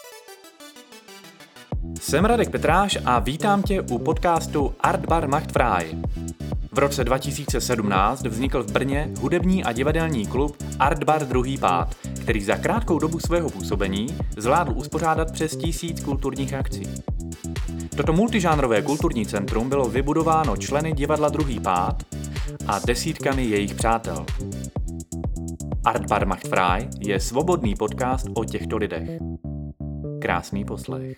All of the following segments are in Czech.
Jsem Radek Petráš a vítám tě u podcastu Art Bar Macht Frei. V roce 2017 vznikl v Brně hudební a divadelní klub Art Bar Druhý pád, který za krátkou dobu svého působení zvládl uspořádat přes 1000 kulturních akcí. Toto multižánrové kulturní centrum bylo vybudováno členy divadla Druhý pád a desítkami jejich přátel. Art Bar Macht Frei je svobodný podcast o těchto lidech. Krásný poslech.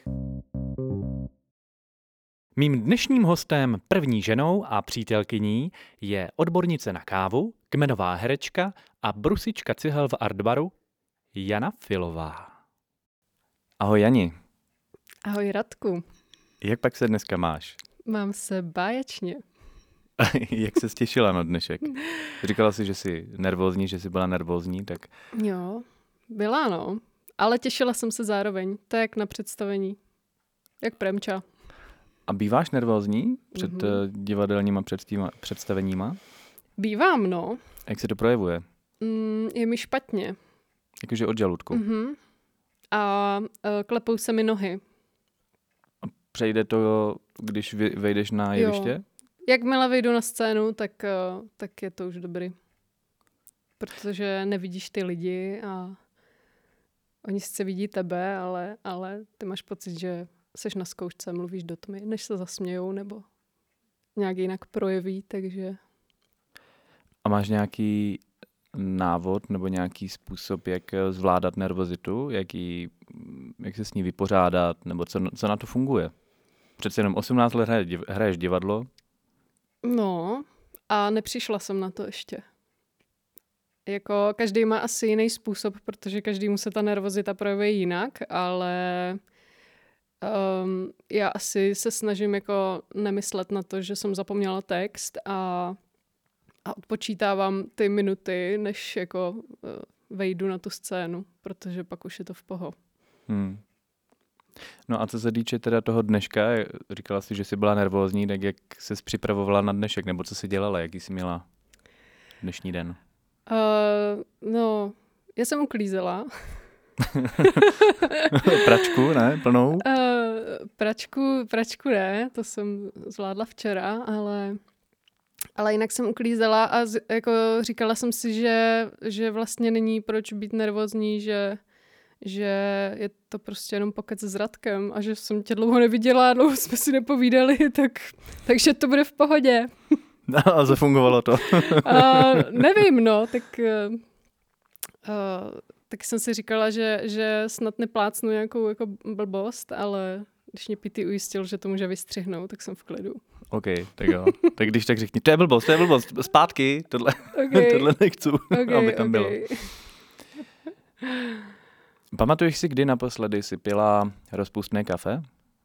Mým dnešním hostem, první ženou a přítelkyní, je odbornice na kávu, kmenová herečka a brusička cihel v Art Baru, Jana Filová. Ahoj Jani. Ahoj Radku. Jak pak se dneska máš? Mám se báječně. Jak se těšila na dnešek? Říkala jsi, že jsi nervózní, že jsi byla nervózní, tak... Jo, byla no, ale těšila jsem se zároveň, tak jak na představení, jak premča. A býváš nervózní před divadelníma představeníma? Bývám, no. Jak se to projevuje? Je mi špatně. Jakože od žaludku? A klepou se mi nohy. A přejde to, když vejdeš na jeviště? Jakmile vejdu na scénu, tak je to už dobrý. Protože nevidíš ty lidi a oni sice vidí tebe, ale ty máš pocit, že seš na zkoušce, mluvíš do tmy, než se zasmějou nebo nějak jinak projeví, takže... A máš nějaký návod nebo nějaký způsob, jak zvládat nervozitu, jak se s ní vypořádat, nebo co na to funguje? Přece jenom 18 let hraješ divadlo. No, a nepřišla jsem na to ještě. Jako každý má asi jiný způsob, protože každému se ta nervozita projevuje jinak, ale já asi se snažím jako nemyslet na to, že jsem zapomněla text a odpočítávám ty minuty, než jako vejdu na tu scénu, protože pak už je to v poho. No a co se týče teda toho dneška, říkala jsi, že jsi byla nervózní, tak jak ses připravovala na dnešek, nebo co jsi dělala, jaký jsi měla dnešní den? No, já jsem uklízela. Pračku, ne? Plnou? Pračku ne, to jsem zvládla včera, ale jinak jsem uklízela a jako říkala jsem si, že vlastně není proč být nervózní, že je to prostě jenom pokec s Radkem a že jsem tě dlouho neviděla, dlouho jsme si nepovídali, takže to bude v pohodě. A zafungovalo to. Nevím, no, tak jsem si říkala, že snad neplácnu nějakou jako blbost, ale když mě Pity ujistil, že to může vystřihnout, tak jsem v klidu. OK, tak jo. Tak když tak řekni, to je blbost, zpátky, tohle nechci, aby tam bylo. Pamatuješ si, kdy naposledy jsi pila rozpustné kafe?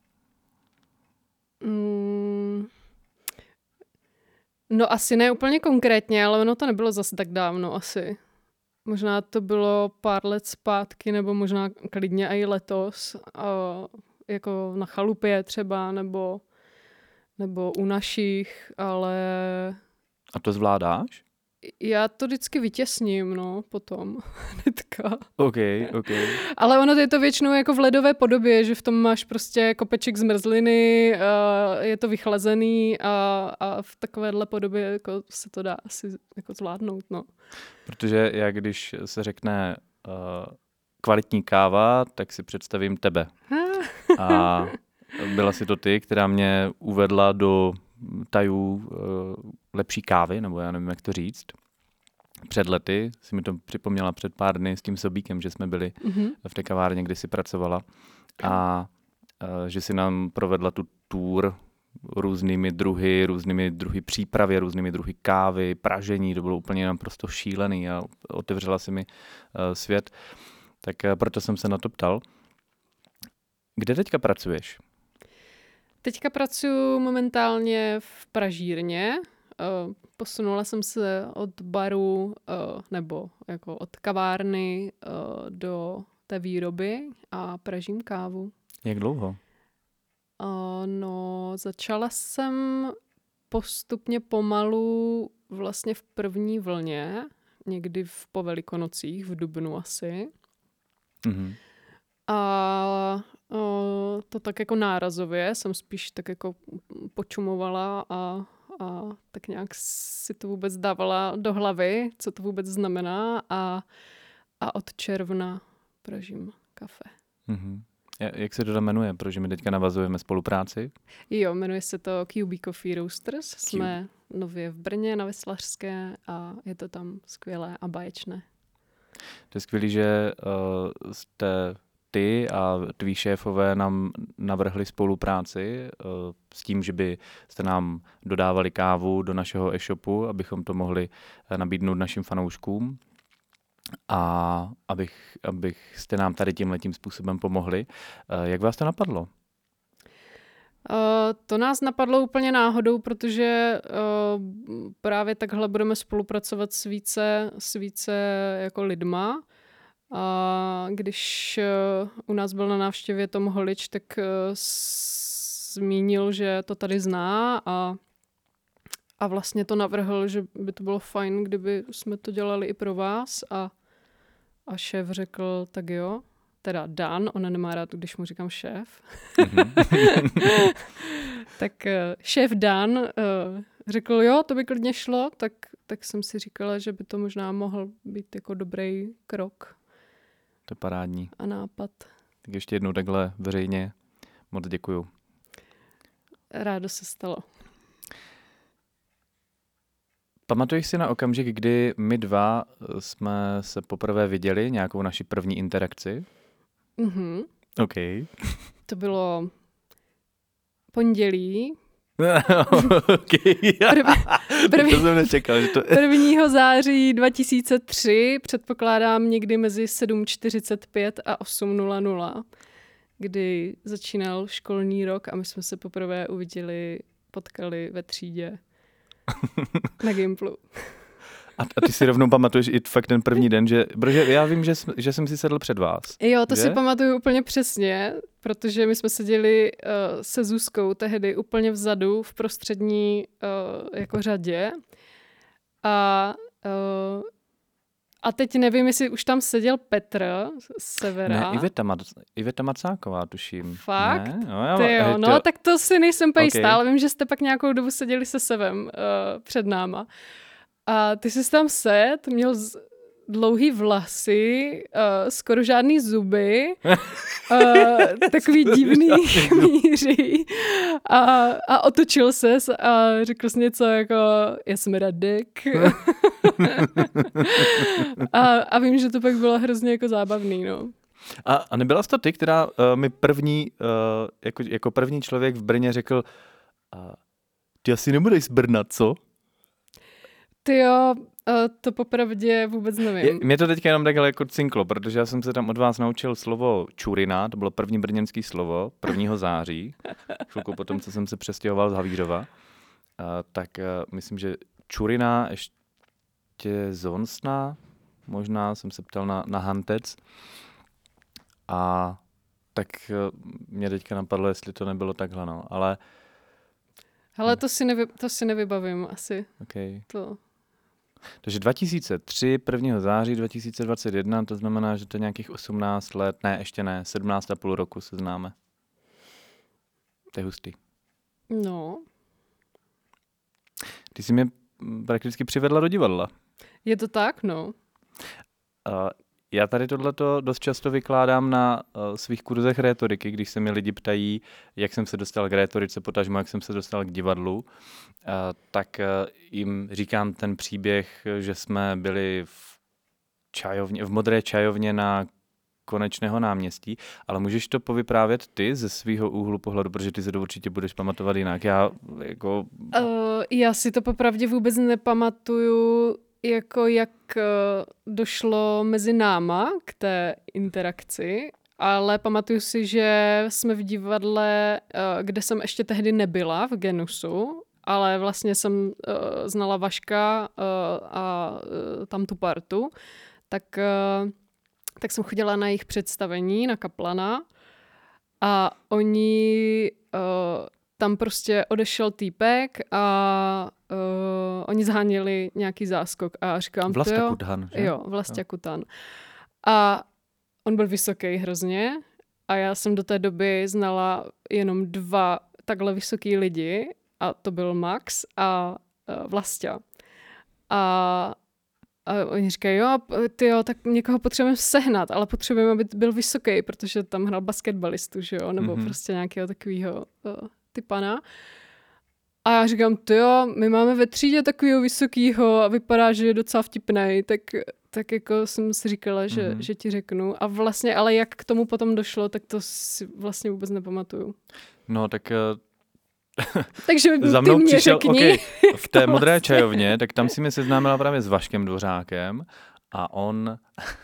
No asi ne úplně konkrétně, ale ono to nebylo zase tak dávno asi. Možná to bylo pár let zpátky, nebo možná klidně i letos. Jako na chalupě třeba, nebo u našich, ale... A to zvládáš? Já to vždycky vytěsním, no, potom, hnedka. OK. Ale ono je to většinou jako v ledové podobě, že v tom máš prostě kopeček zmrzliny, je to vychlazený a v takovéhle podobě jako se to dá asi jako zvládnout, no. Protože já, když se řekne kvalitní káva, tak si představím tebe. A byla si to ty, která mě uvedla do tajů lepší kávy, nebo já nevím, jak to říct. Před lety, si mi to připomněla před pár dny s tím Sobíkem, že jsme byli v té kavárně, kde si pracovala a že si nám provedla tu tour různými druhy přípravy, různými druhy kávy, pražení, to bylo úplně naprosto šílený a otevřela si mi svět. Tak proto jsem se na to ptal. Kde teďka pracuješ? Teďka pracuji momentálně v pražírně. Posunula jsem se od baru nebo jako od kavárny do té výroby a pražím kávu. Jak dlouho? No, začala jsem postupně pomalu vlastně v první vlně, někdy po Velikonocích, v dubnu asi. Mm-hmm. A to tak jako nárazově, jsem spíš tak jako počumovala a tak nějak si to vůbec dávala do hlavy, co to vůbec znamená a od června pražím kafe. Mm-hmm. Jak se to tam jmenuje? Protože my teďka navazujeme spolupráci. Jo, jmenuje se to QB Coffee Roasters. Jsme nově v Brně na Veslařské a je to tam skvělé a báječné. To je skvělý, že jste ty a tví šéfové nám navrhli spolupráci s tím, že byste nám dodávali kávu do našeho e-shopu, abychom to mohli nabídnout našim fanouškům a abyste nám tady tímhletím způsobem pomohli. Jak vás to napadlo? To nás napadlo úplně náhodou, protože právě takhle budeme spolupracovat s více jako lidma. A když u nás byl na návštěvě Tom Holič, tak zmínil, že to tady zná a vlastně to navrhl, že by to bylo fajn, kdyby jsme to dělali i pro vás a šéf řekl, tak jo. Teda Dan, on nemá rád, když mu říkám šéf. Tak šéf Dan řekl, jo, to by klidně šlo, tak jsem si říkala, že by to možná mohl být jako dobrý krok. To je parádní. A nápad. Tak ještě jednou takhle veřejně moc děkuju. Rádo se stalo. Pamatuješ si na okamžik, kdy my dva jsme se poprvé viděli, nějakou naši první interakci? Mhm. OK. To bylo pondělí. Okay. To jsem nečekal. Že to... 1. září 2003, předpokládám někdy mezi 7:45 a 8:00, kdy začínal školní rok a my jsme se poprvé potkali ve třídě na Gimplu. A ty si rovnou pamatuješ i fakt ten první den, protože já vím, že jsem si sedl před vás. Jo, to si pamatuju úplně přesně, protože my jsme seděli se Zuzkou tehdy úplně vzadu v prostřední jako řadě a teď nevím, jestli už tam seděl Petr z Severa. Ne, Iveta Macáková, tuším. Fakt? Ne? No, tak to si nejsem úplně jistá, ale vím, že jste pak nějakou dobu seděli se Sevem před náma. A ty jsi tam měl dlouhý vlasy, skoro žádný zuby, takový divný chmíří a otočil ses a řekl jsi něco jako já jsem Radek. a vím, že to pak bylo hrozně jako zábavný, no. A nebyla jsi to ty, která mi jako první člověk v Brně řekl ty asi nebudeš z Brna, co? Tyjo, to popravdě vůbec nevím. Mě to teďka jenom takhle jako cinklo, protože já jsem se tam od vás naučil slovo čurina, to bylo první brněnský slovo, 1. září, chvilku potom, co jsem se přestěhoval z Havířova, tak myslím, že čurina, ještě zonsna, možná jsem se ptal na hantec a tak mě teďka napadlo, jestli to nebylo takhle, no, ale... Hele, to si nevybavím asi. Okay. To... Takže 2003, 1. září 2021, to znamená, že to je nějakých 18 let, ne, ještě ne, 17,5 roku se známe. To je hustý. No. Ty jsi mě prakticky přivedla do divadla. Je to tak, no. Já tady tohleto dost často vykládám na svých kurzech rétoriky, když se mi lidi ptají, jak jsem se dostal k rétorice, potažmo jak jsem se dostal k divadlu, tak jim říkám ten příběh, že jsme byli v modré čajovně na Konečného náměstí, ale můžeš to povyprávět ty ze svého úhlu pohledu, protože ty se to určitě budeš pamatovat jinak. Já si to popravdě vůbec nepamatuju, jako jak došlo mezi náma k té interakci, ale pamatuju si, že jsme v divadle, kde jsem ještě tehdy nebyla, v Genusu, ale vlastně jsem znala Vaška a tam tu partu, tak jsem chodila na jejich představení, na Kaplana a oni... Tam prostě odešel týpek a oni zháněli nějaký záskok a říkám, Vlastia Kuthan, že? Jo, Vlastia Kuthan. A on byl vysoký hrozně A já jsem do té doby znala jenom 2 takhle vysoký lidi a to byl Max a Vlastia. A oni říkají, jo, tak někoho potřebujeme sehnat, ale potřebujeme, aby byl vysoký, protože tam hrál basketbalistu, že jo, nebo prostě nějakého takového typana. A já říkám, my máme ve třídě takového vysokýho a vypadá, že je docela vtipnej, tak jako jsem si říkala, že ti řeknu. A vlastně, ale jak k tomu potom došlo, tak to si vlastně vůbec nepamatuju. No, tak takže za mnou ty mě přišel, řekni. v té modré čajovně, tak tam si mě seznámila právě s Vaškem Dvořákem a on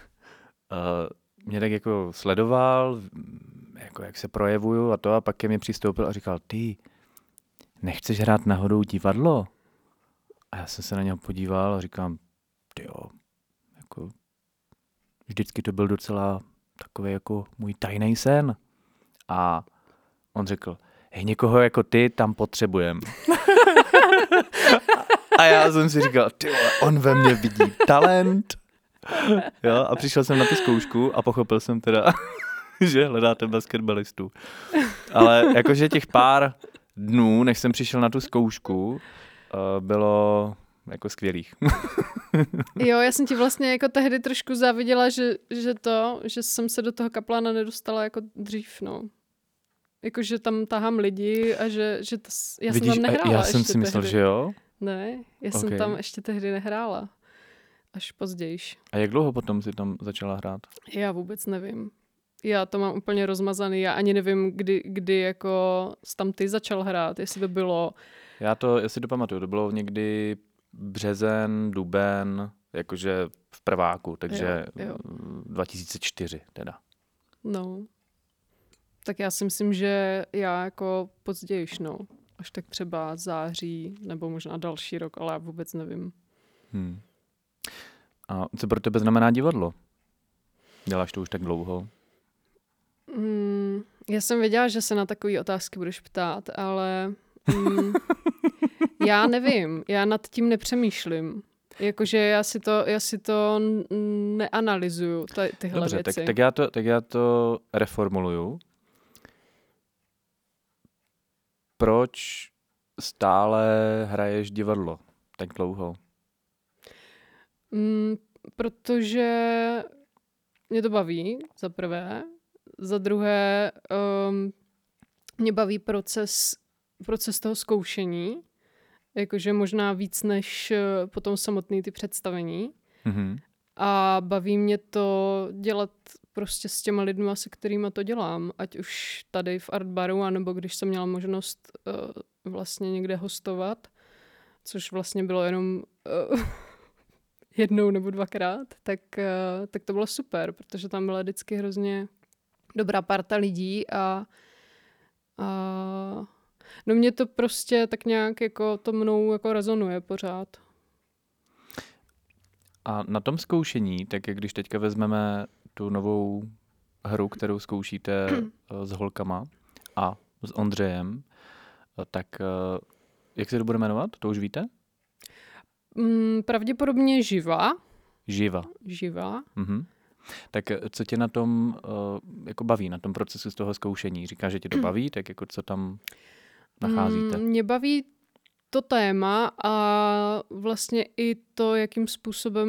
mě tak jako sledoval, jako jak se projevuju a pak ke mně přistoupil a říkal, ty, nechceš hrát náhodou divadlo? A já jsem se na něho podíval a říkám, jako vždycky to byl docela takový jako můj tajný sen. A on řekl, někoho jako ty tam potřebujem. A já jsem si říkal, on ve mně vidí talent. Jo, a přišel jsem na tu zkoušku a pochopil jsem teda, že hledáte basketbalistu. Ale jakože těch pár dnů, než jsem přišel na tu zkoušku, bylo jako skvělých. Jo, já jsem ti vlastně jako tehdy trošku záviděla, že jsem se do toho kaplána nedostala jako dřív, no. Jakože tam tahám lidi a že já Vidíš, jsem tam nehrála já jsem ještě si myslel, tehdy. že jo? Ne, já jsem tam ještě tehdy nehrála. Až pozdějiš. A jak dlouho potom si tam začala hrát? Já vůbec nevím. Já to mám úplně rozmazaný. Já ani nevím, kdy jako tam ty začal hrát, jestli to bylo... Já si to pamatuju, to bylo někdy březen, duben, jakože v prváku, takže jo. 2004 teda. No. Tak já si myslím, že já jako pozdějiš, no. Až tak třeba září, nebo možná další rok, ale já vůbec nevím. A co pro tebe znamená divadlo? Děláš to už tak dlouho? Já jsem věděla, že se na takové otázky budeš ptát, ale já nevím. Já nad tím nepřemýšlím. Jakože já si to neanalyzuju, tyhle Dobře, věci. tak já to reformuluju. Proč stále hraješ divadlo tak dlouho? Protože mě to baví, za prvé. Za druhé, mě baví proces toho zkoušení, jakože možná víc než potom samotný ty představení. Mm-hmm. A baví mě to dělat prostě s těma lidma, se kterýma to dělám. Ať už tady v Artbaru, anebo když jsem měla možnost vlastně někde hostovat, což vlastně bylo jenom jednou nebo dvakrát, tak to bylo super, protože tam byla vždycky hrozně dobrá parta lidí a no mě to prostě tak nějak jako to mnou jako rezonuje pořád. A na tom zkoušení, tak jak když teďka vezmeme tu novou hru, kterou zkoušíte s holkama a s Ondřejem, tak jak se to bude jmenovat? To už víte? Pravděpodobně Živa. Živa. Mhm. Tak co tě na tom jako baví, na tom procesu z toho zkoušení? Říkáš, že tě to baví, tak jako co tam nacházíte? Mě baví to téma a vlastně i to, jakým způsobem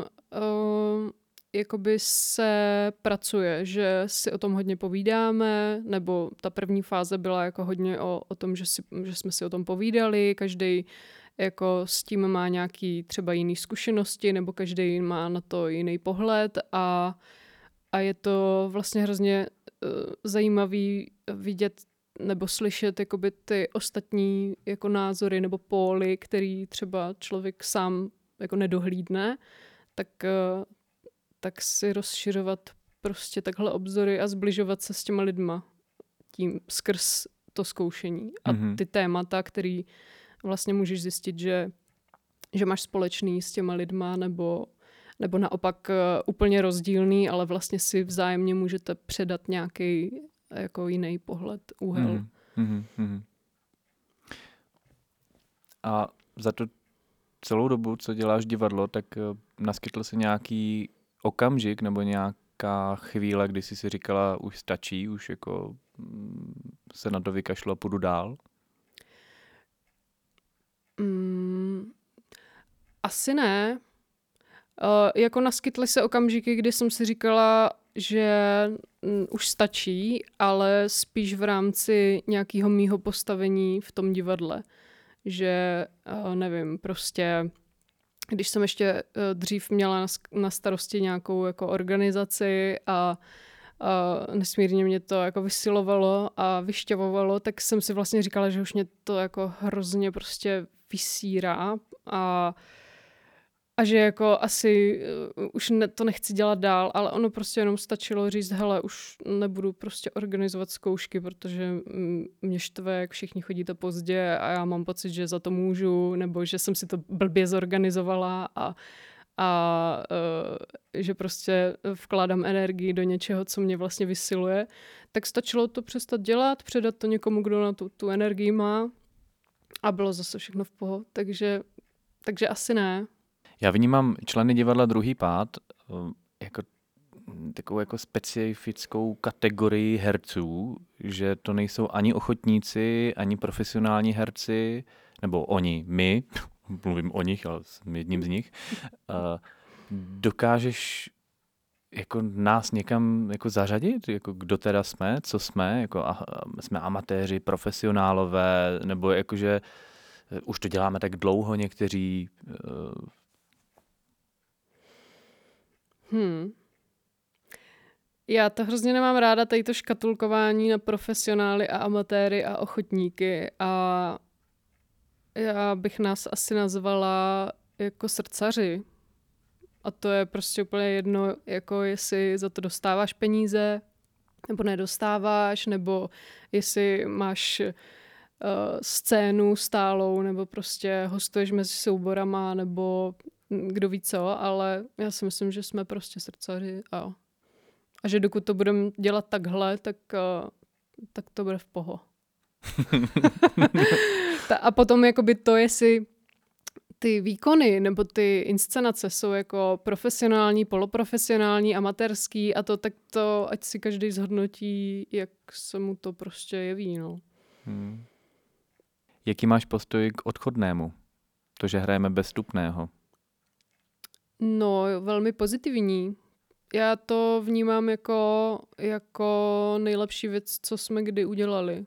jakoby se pracuje, že si o tom hodně povídáme, nebo ta první fáze byla jako hodně o tom, že jsme si o tom povídali, každý jako s tím má nějaký třeba jiný zkušenosti, nebo každý má na to jiný pohled a je to vlastně hrozně zajímavý vidět nebo slyšet jakoby ty ostatní jako názory nebo póly, který třeba člověk sám jako nedohlídne, tak si rozšiřovat prostě takhle obzory a zbližovat se s těma lidma tím skrz to zkoušení. A ty témata, který vlastně můžeš zjistit, že máš společný s těma lidma nebo naopak úplně rozdílný, ale vlastně si vzájemně můžete předat nějaký jako jiný pohled, úhel. A za to celou dobu, co děláš divadlo, tak naskytl se nějaký okamžik nebo nějaká nějaká chvíle, kdy jsi si říkala, už stačí, už jako se na to vykašlu a půjdu dál? Asi ne. Jako naskytly se okamžiky, kdy jsem si říkala, že už stačí, ale spíš v rámci nějakého mýho postavení v tom divadle. Že, nevím, prostě, když jsem ještě dřív měla na starosti nějakou jako organizaci a nesmírně mě to jako vysilovalo a vyšťavovalo, tak jsem si vlastně říkala, že už mě to jako hrozně prostě vysírá a že jako asi už to nechci dělat dál, ale ono prostě jenom stačilo říct, hele, už nebudu prostě organizovat zkoušky, protože mě štve, jak všichni chodíte pozdě a já mám pocit, že za to můžu, nebo že jsem si to blbě zorganizovala a že prostě vkládám energii do něčeho, co mě vlastně vysiluje, tak stačilo to přestat dělat, předat to někomu, kdo na tu energii má a bylo zase všechno v pohodě, takže asi ne. Já vnímám členy divadla Druhý pád jako takovou jako specifickou kategorii herců, že to nejsou ani ochotníci, ani profesionální herci, nebo oni, my, mluvím o nich, ale jsem jedním z nich, dokážeš jako nás někam jako zařadit, jako kdo teda jsme, co jsme, jako jsme amatéři, profesionálové, nebo jakože už to děláme tak dlouho někteří. Já to hrozně nemám ráda, tady to škatulkování na profesionály a amatéry a ochotníky a já bych nás asi nazvala jako srdcaři. A to je prostě úplně jedno, jako jestli za to dostáváš peníze, nebo nedostáváš, nebo jestli máš scénu stálou, nebo prostě hostuješ mezi souborama, nebo kdo ví co, ale já si myslím, že jsme prostě srdcaři a že dokud to budeme dělat takhle, tak to bude v poho. A potom jakoby to, jestli ty výkony nebo ty inscenace jsou jako profesionální, poloprofesionální, amatérský a to, tak to ať si každý zhodnotí, jak se mu to prostě jeví. No. Jaký máš postoj k odchodnému? To, že hrajeme bez vstupného. No, velmi pozitivní. Já to vnímám jako nejlepší věc, co jsme kdy udělali.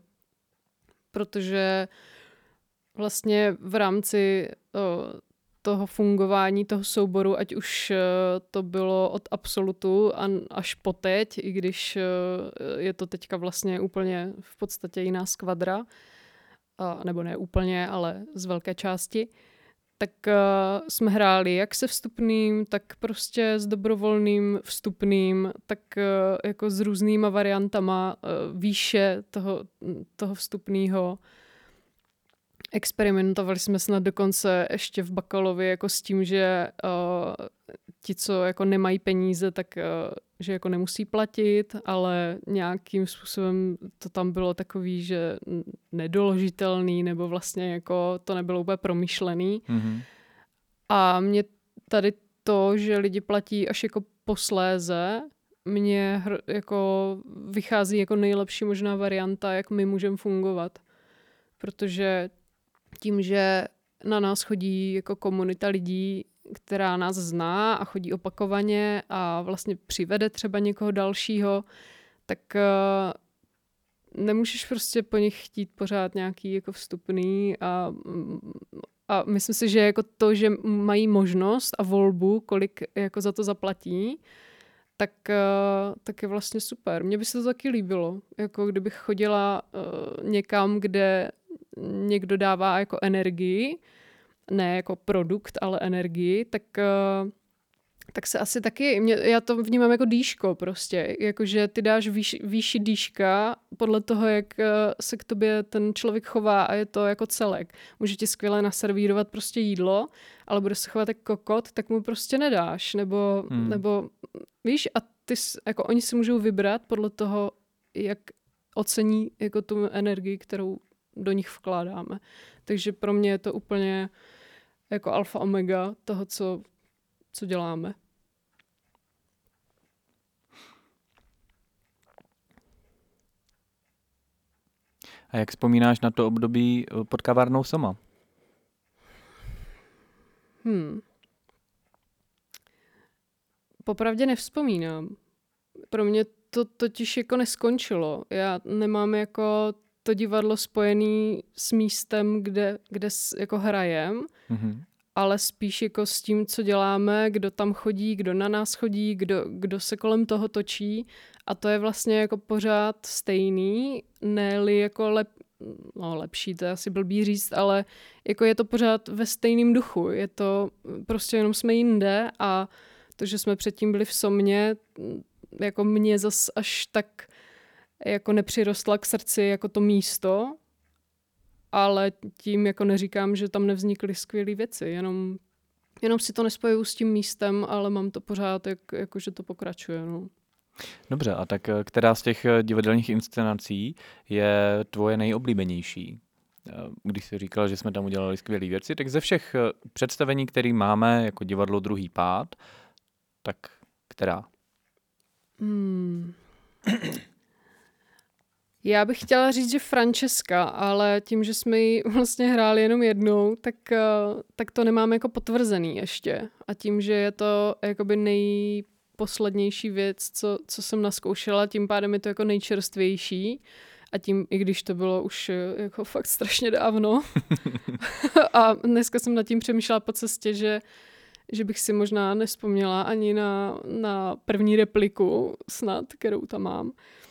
Protože vlastně v rámci toho fungování toho souboru, ať už to bylo od absolutu až po teď, i když je to teďka vlastně úplně v podstatě jiná skvadra, nebo ne úplně, ale z velké části, tak jsme hráli jak se vstupným, tak prostě s dobrovolným vstupným, tak jako s různýma variantama výše toho vstupného. Experimentovali jsme snad dokonce ještě v bakalově jako s tím, že ti, co jako nemají peníze, tak že jako nemusí platit, ale nějakým způsobem to tam bylo takový, že nedoložitelný, nebo vlastně jako to nebylo úplně promyšlený. Mm-hmm. A mě tady to, že lidi platí až jako posléze, mně jako vychází jako nejlepší možná varianta, jak my můžeme fungovat. Protože tím, že na nás chodí jako komunita lidí, která nás zná a chodí opakovaně a vlastně přivede třeba někoho dalšího, tak nemůžeš prostě po nich chtít pořád nějaký jako vstupný a myslím si, že jako to, že mají možnost a volbu, kolik jako za to zaplatí, tak je vlastně super. Mně by se to taky líbilo, jako kdybych chodila někam, kde někdo dává jako energii, ne jako produkt, ale energii, tak se asi taky, já to vnímám jako dýško prostě, jakože ty dáš výši dýška podle toho, jak se k tobě ten člověk chová a je to jako celek. Může ti skvěle naservírovat prostě jídlo, ale bude se chovat jako kokot, tak mu prostě nedáš, nebo víš, a jako oni si můžou vybrat podle toho, jak ocení jako tu energii, kterou do nich vkládáme. Takže pro mě je to úplně jako alfa omega toho, co děláme. A jak vzpomínáš na to období pod kavárnou Soma? Popravdě nevzpomínám. Pro mě to totiž jako neskončilo. Já nemám jako to divadlo spojený s místem, kde jako hrajem, ale spíš jako s tím, co děláme, kdo tam chodí, kdo na nás chodí, kdo se kolem toho točí. A to je vlastně jako pořád stejný, ne-li jako lepší, to je asi blbý říct, ale jako je to pořád ve stejném duchu. Je to prostě jenom jsme jinde a to, že jsme předtím byli v Somě, jako mě zas až tak jako nepřirostla k srdci jako to místo, ale tím jako neříkám, že tam nevznikly skvělé věci, jenom si to nespojuju s tím místem, ale mám to pořád, jako že to pokračuje. No. Dobře, a tak která z těch divadelních inscenací je tvoje nejoblíbenější? Když jsi říkal, že jsme tam udělali skvělé věci, tak ze všech představení, které máme jako divadlo Druhý pád, tak která? Já bych chtěla říct, že Francesca, ale tím, že jsme ji vlastně hráli jenom jednou, tak to nemáme jako potvrzený ještě. A tím, že je to jakoby nejposlednější věc, co jsem naskoušela, tím pádem je to jako nejčerstvější. A tím, i když to bylo už jako fakt strašně dávno. A dneska jsem nad tím přemýšlela po cestě, že bych si možná nevzpomněla ani na první repliku snad, kterou tam mám.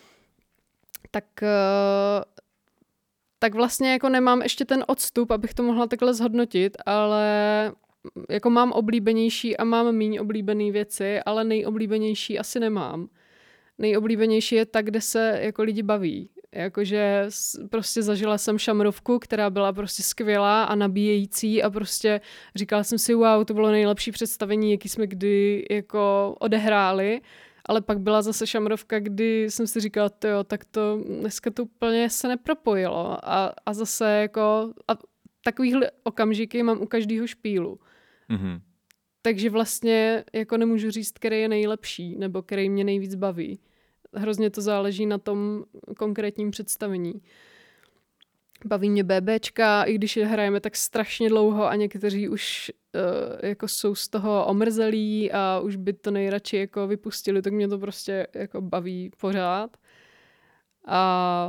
Tak vlastně jako nemám ještě ten odstup, abych to mohla takhle zhodnotit, ale jako mám oblíbenější a mám míň oblíbené věci, ale nejoblíbenější asi nemám. Nejoblíbenější je ta, kde se jako lidi baví. Jakože prostě zažila jsem šamrovku, která byla prostě skvělá a nabíjející a prostě říkala jsem si, wow, to bylo nejlepší představení, jaký jsme kdy jako odehráli. Ale pak byla zase šamrovka, kdy jsem si říkala, tak to dneska to úplně se nepropojilo. A zase jako takovýhle okamžiky mám u každého špílu. Mm-hmm. Takže vlastně jako nemůžu říct, který je nejlepší, nebo který mě nejvíc baví. Hrozně to záleží na tom konkrétním představení. Baví mě BBčka, i když je hrajeme tak strašně dlouho a někteří už jako jsou z toho omrzelí a už by to nejradši jako vypustili, tak mě to prostě jako baví pořád. A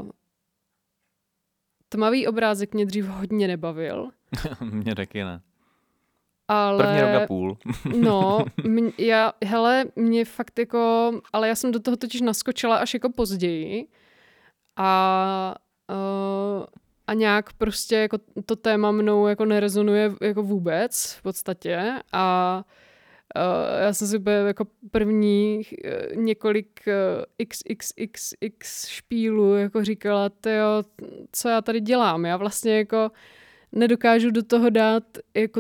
Tmavý obrázek mě dřív hodně nebavil. Mě taky ne. Ale... První rok a půl. No, mě fakt jako... Ale já jsem do toho totiž naskočila až jako později. A nějak prostě jako to téma mnou jako nerezonuje jako vůbec v podstatě a já jsem si jako prvních několik xxxx špílů jako říkala, co já tady dělám, já vlastně jako nedokážu do toho dát jako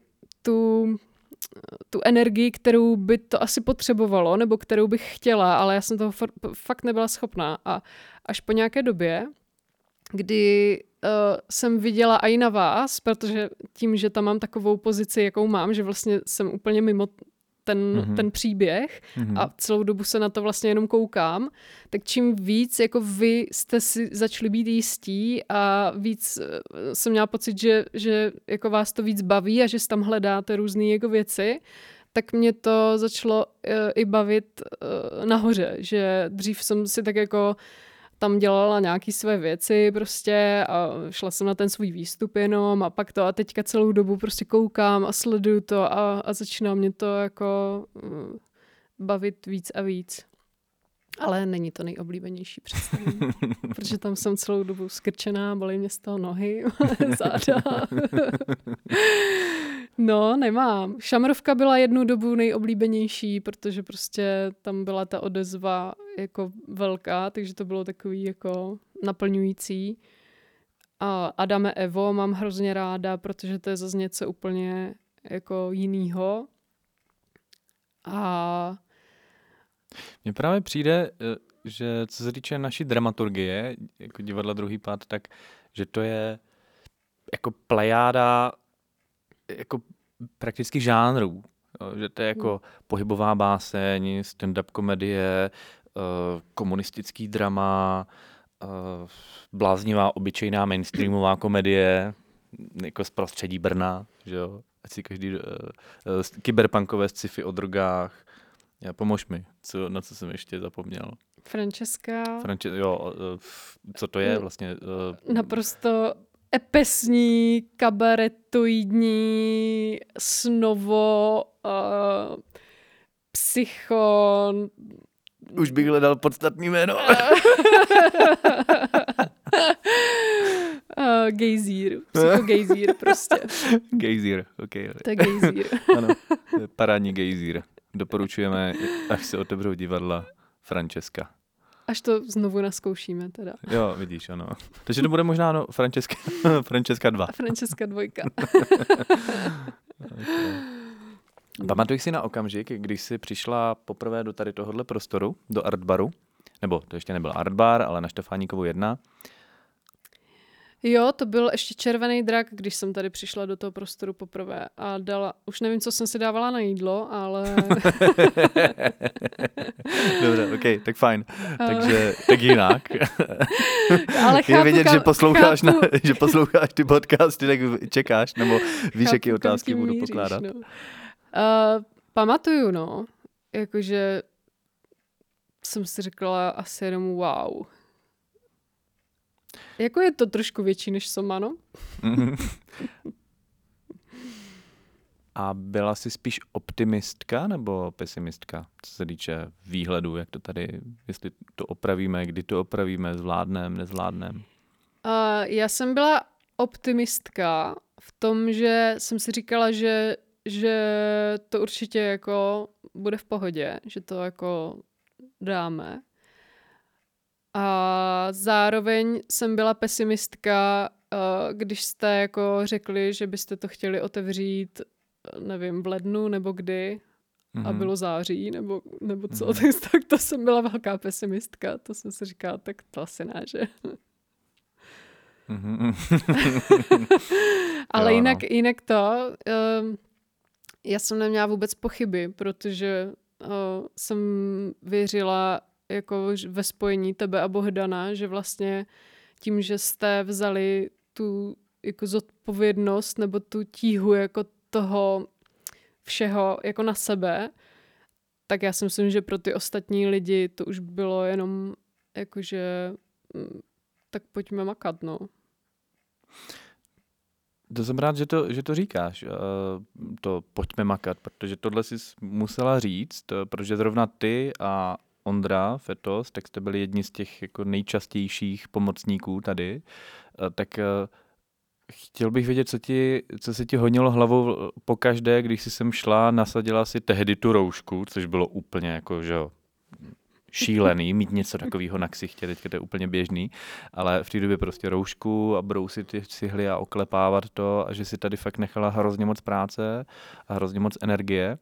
tu energii, kterou by to asi potřebovalo, nebo kterou bych chtěla, ale já jsem toho fakt nebyla schopná a až po nějaké době, kdy jsem viděla i na vás, protože tím, že tam mám takovou pozici, jakou mám, že vlastně jsem úplně mimo ten příběh a celou dobu se na to vlastně jenom koukám, tak čím víc jako vy jste si začali být jistí a víc jsem měla pocit, že jako vás to víc baví a že si tam hledáte různé jako věci, tak mě to začalo i bavit nahoře, že dřív jsem si tak jako tam dělala nějaký své věci prostě a šla jsem na ten svůj výstup jenom a pak to a teďka celou dobu prostě koukám a sleduju to a začíná mě to jako bavit víc a víc. Ale není to nejoblíbenější představení, protože tam jsem celou dobu skrčená, bolí mě z toho nohy, záda. No, nemám. Šamrovka byla jednu dobu nejoblíbenější, protože prostě tam byla ta odezva jako velká, takže to bylo takový jako naplňující. A Adame Evo mám hrozně ráda, protože to je zase něco úplně jako jinýho. A mně právě přijde, že co se týče naší dramaturgie, jako divadla Druhý pád, tak že to je jako plejáda jako prakticky žánrů. Že to je jako pohybová báseň, stand-up komedie, komunistický drama, bláznivá, obyčejná mainstreamová komedie, jako z prostředí Brna, že jo? Ať si každý kyberpunkové sci-fi o drogách. Pomož mi, na co jsem ještě zapomněl. Francesca. Co to je vlastně? Naprosto epesní, kabaretoidní, snovo, psycho. Už bych hledal podstatný jméno. Gejzír. Psychogejzír prostě. Gejzír, ok. To je gejzír. Ano, parádní gejzír. Doporučujeme, až se otevřou divadla, Francesca. Až to znovu naskoušíme teda. Jo, vidíš, ano. Takže to bude možná Francesca 2. Francesca 2. Pamatuješ si na okamžik, když jsi přišla poprvé do tady tohohle prostoru, do Artbaru, nebo to ještě nebyl Artbar, ale na Štefáníkovu 1. Jo, to byl ještě Červený drak, když jsem tady přišla do toho prostoru poprvé a už nevím, co jsem si dávala na jídlo, ale... Dobře, ok, tak fajn. Takže, tak jinak. Ale chápu, je vidět, že posloucháš ty podcasty, tak čekáš, nebo víš, jaké otázky budu pokládat. No. Pamatuju, no. Jakože jsem si řekla asi jenom wow. Jako je to trošku větší než Somano? A byla jsi spíš optimistka nebo pesimistka, co se týče výhledu, jak to tady, jestli to opravíme, kdy to opravíme, zvládneme, nezvládneme? Já jsem byla optimistka v tom, že jsem si říkala, že to určitě jako bude v pohodě, že to jako dáme. A zároveň jsem byla pesimistka, když jste jako řekli, že byste to chtěli otevřít, nevím, v lednu nebo kdy, a bylo září, nebo co, tak to jsem byla velká pesimistka. To jsem si říkala, tak to asi ne, že? Ale jo, jinak to, já jsem neměla vůbec pochyby, protože jsem věřila jako ve spojení tebe a Bohdana, že vlastně tím, že jste vzali tu jako zodpovědnost nebo tu tíhu jako toho všeho jako na sebe, tak já si myslím, že pro ty ostatní lidi to už bylo jenom jakože tak pojďme makat, no. To jsem rád, že to říkáš, to pojďme makat, protože tohle jsi musela říct, protože zrovna ty a Ondra Fetos, tak jste byli jedni z těch jako nejčastějších pomocníků tady, tak chtěl bych vědět, co se ti honilo hlavou pokaždé, když jsi sem šla, nasadila si tehdy tu roušku, což bylo úplně jako, že jo, šílený, mít něco takového na ksichtě, teďka to je úplně běžný, ale v té době prostě roušku a brousit ty cihly a oklepávat to a že si tady fakt nechala hrozně moc práce a hrozně moc energie.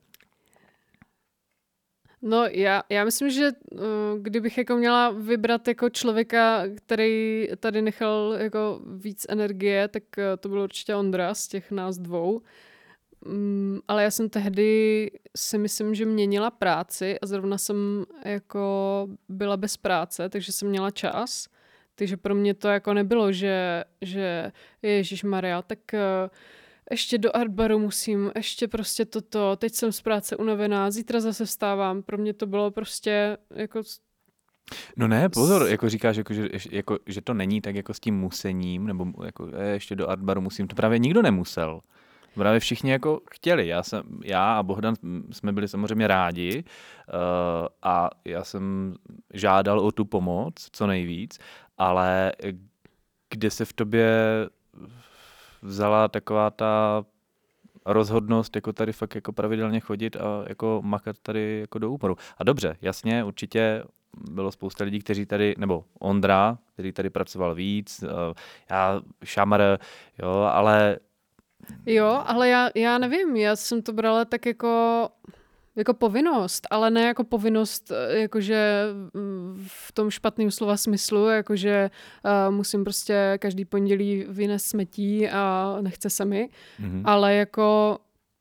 No já myslím, že kdybych jako měla vybrat jako člověka, který tady nechal jako víc energie, tak to byl určitě Ondra z těch nás dvou. Ale já jsem tehdy si myslím, že měnila práci a zrovna jsem jako byla bez práce, takže jsem měla čas. Takže pro mě to jako nebylo, že ježišmarja, tak ještě do Artbaru musím, ještě prostě toto, teď jsem z práce unavená, zítra zase vstávám. Pro mě to bylo prostě jako... No ne, pozor, jako říkáš, že to není tak jako s tím musením, nebo jako ještě do Artbaru musím, to právě nikdo nemusel. Právě všichni jako chtěli. Já a Bohdan jsme byli samozřejmě rádi a já jsem žádal o tu pomoc co nejvíc, ale kde se v tobě vzala taková ta rozhodnost jako tady fakt jako pravidelně chodit a jako makat tady jako do úporu. A dobře, jasně, určitě bylo spousta lidí, kteří tady, nebo Ondra, který tady pracoval víc, já, Šamr, jo, ale... Jo, ale já nevím, já jsem to brala tak jako povinnost, ale ne jako povinnost, jakože v tom špatném slova smyslu, jakože musím prostě každý pondělí vynést smetí a nechce se mi, ale jako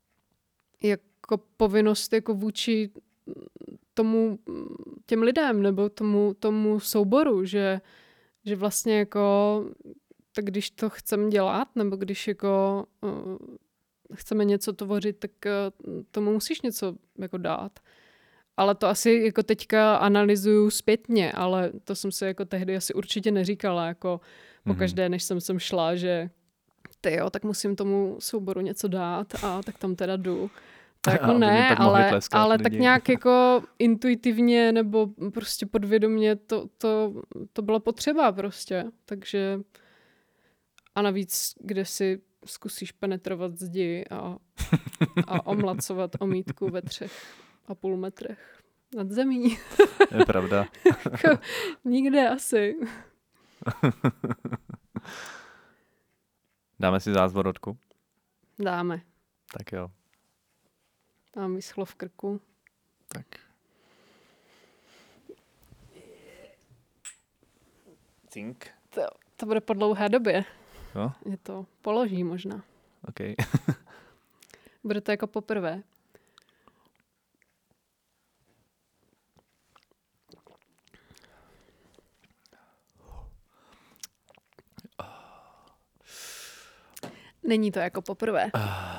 povinnost jako vůči těm lidem nebo tomu souboru, že že vlastně jako, tak když to chceme dělat, nebo když jako chceme něco tvořit, tak tomu musíš něco jako dát. Ale to asi jako teďka analyzuju zpětně, ale to jsem si jako tehdy asi určitě neříkala, jako pokaždé, než jsem sem šla, že tyjo, tak musím tomu souboru něco dát a tak tam teda jdu. To jako ne, ale tak nějak jako intuitivně nebo prostě podvědomě to bylo potřeba prostě. Takže a navíc, kde si zkusíš penetrovat zdi a omlacovat omítku ve 3,5 metrech nad zemí. Je pravda. Nikde asi. Dáme si zázvorotku? Dáme. Tak jo. Mám vyschlo v krku. Tak. Cink. To bude po dlouhé době. Jo? Je to položí možná. OK. Bude to jako poprvé. Není to jako poprvé.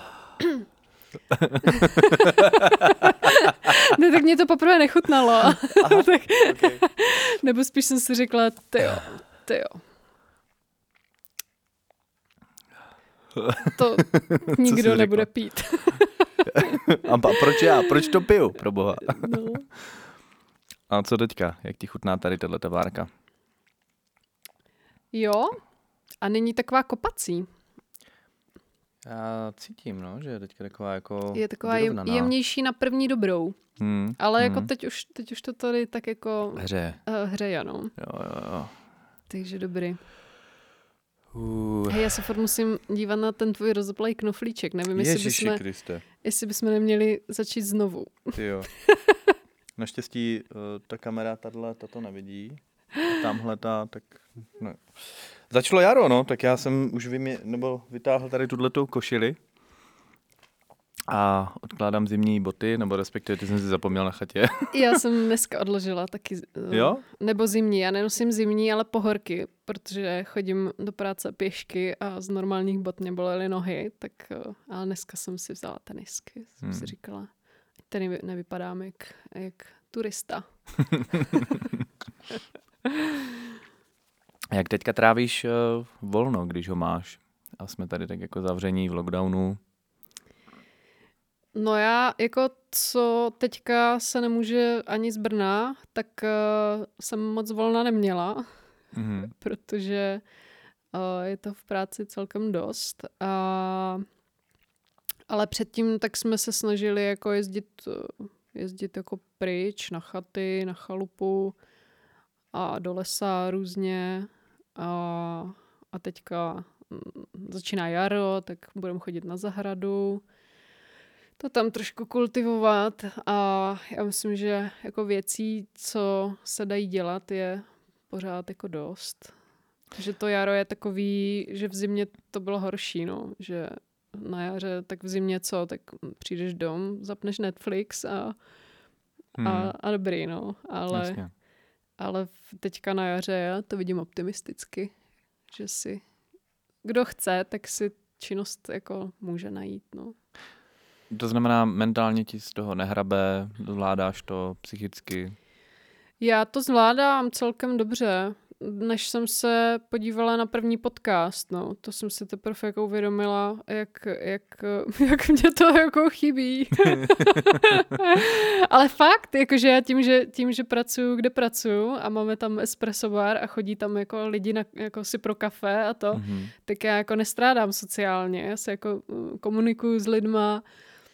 Ne, tak mě to poprvé nechutnalo. Tak, okay. Nebo spíš jsem si řekla, tyjo. To nikdo nebude pít. A proč já? Proč to piju, pro boha? No. A co teďka? Jak ti chutná tady tato várka? Jo, a není taková kopací. Já cítím, no, že je teďka taková jako je taková jemnější na první dobrou. Ale jako teď už to tady tak jako hřeje, no. Jo. Takže dobrý. Hej, já se furt musím dívat na ten tvůj rozoplej knoflíček. Nevím, jestli bychom neměli začít znovu. Jo. Naštěstí ta kamera tato nevidí. Tamhle tak ne. Začalo jaro, no, tak já jsem už vytáhl tady tuhletou košili a odkládám zimní boty, nebo respektive ty jsem si zapomněl na chatě. Já jsem dneska odložila taky, jo? Nebo zimní, já nenosím zimní, ale pohorky, protože chodím do práce pěšky a z normálních bot mě bolely nohy, tak ale dneska jsem si vzala tenisky, jsem si říkala, tady nevypadám jak turista. Jak teďka trávíš volno, když ho máš? A jsme tady tak jako zavření v lockdownu. No já jako co teďka se nemůže ani z Brna, tak jsem moc volna neměla, protože je to v práci celkem dost. Ale předtím tak jsme se snažili jako jezdit jako pryč na chaty, na chalupu a do lesa různě. A teďka začíná jaro, tak budeme chodit na zahradu. To tam trošku kultivovat a já myslím, že jako věcí, co se dají dělat, je pořád jako dost. Že to jaro je takový, že v zimě to bylo horší, no. Že na jaře, tak v zimě co, tak přijdeš dom, zapneš Netflix a dobrý, no. Ale teďka na jaře já to vidím optimisticky, že si kdo chce, tak si činnost jako může najít, no. To znamená, mentálně ti z toho nehrabe, zvládáš to psychicky? Já to zvládám celkem dobře, než jsem se podívala na první podcast, no. To jsem si teprve jako uvědomila, jak mě to jako chybí. Ale fakt, jakože já tím, že pracuju, kde pracuju a máme tam espresso bar a chodí tam jako lidi jako si pro kafe a to, tak já jako nestrádám sociálně. Já se jako komunikuju s lidma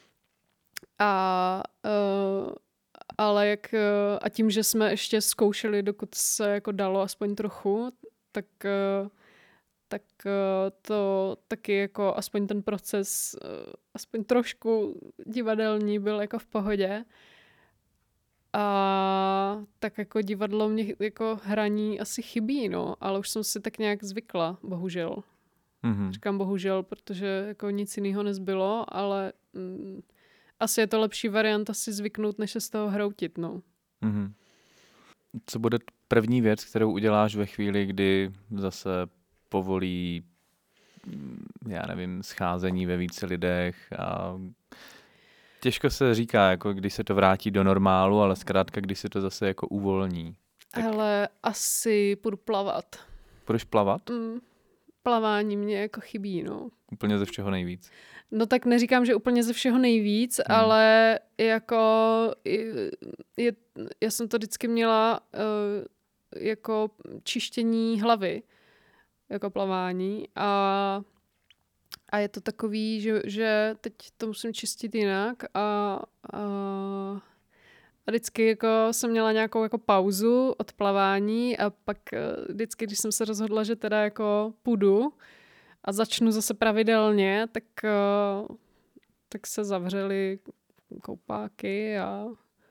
ale a tím, že jsme ještě zkoušeli, dokud se jako dalo aspoň trochu, tak to taky jako aspoň ten proces, aspoň trošku divadelní byl jako v pohodě. A tak jako divadlo mě jako hraní asi chybí, no, ale už jsem si tak nějak zvykla, bohužel. Říkám bohužel, protože jako nic jiného nezbylo, ale asi je to lepší varianta si zvyknout, než se z toho hroutit, no. Co bude první věc, kterou uděláš ve chvíli, kdy zase povolí, já nevím, scházení ve více lidech a těžko se říká, jako když se to vrátí do normálu, ale zkrátka, když se to zase jako uvolní. Tak... Ale asi půjdu plavat. Půjdeš plavat? Plavání mě jako chybí, no. Úplně ze všeho nejvíc. No tak neříkám, že úplně ze všeho nejvíc, ale jako já jsem to vždycky měla jako čištění hlavy, jako plavání a je to takový, že teď to musím čistit jinak a vždycky jako jsem měla nějakou jako pauzu od plavání a pak vždycky, když jsem se rozhodla, že teda jako půjdu a začnu zase pravidelně, tak se zavřely koupáky a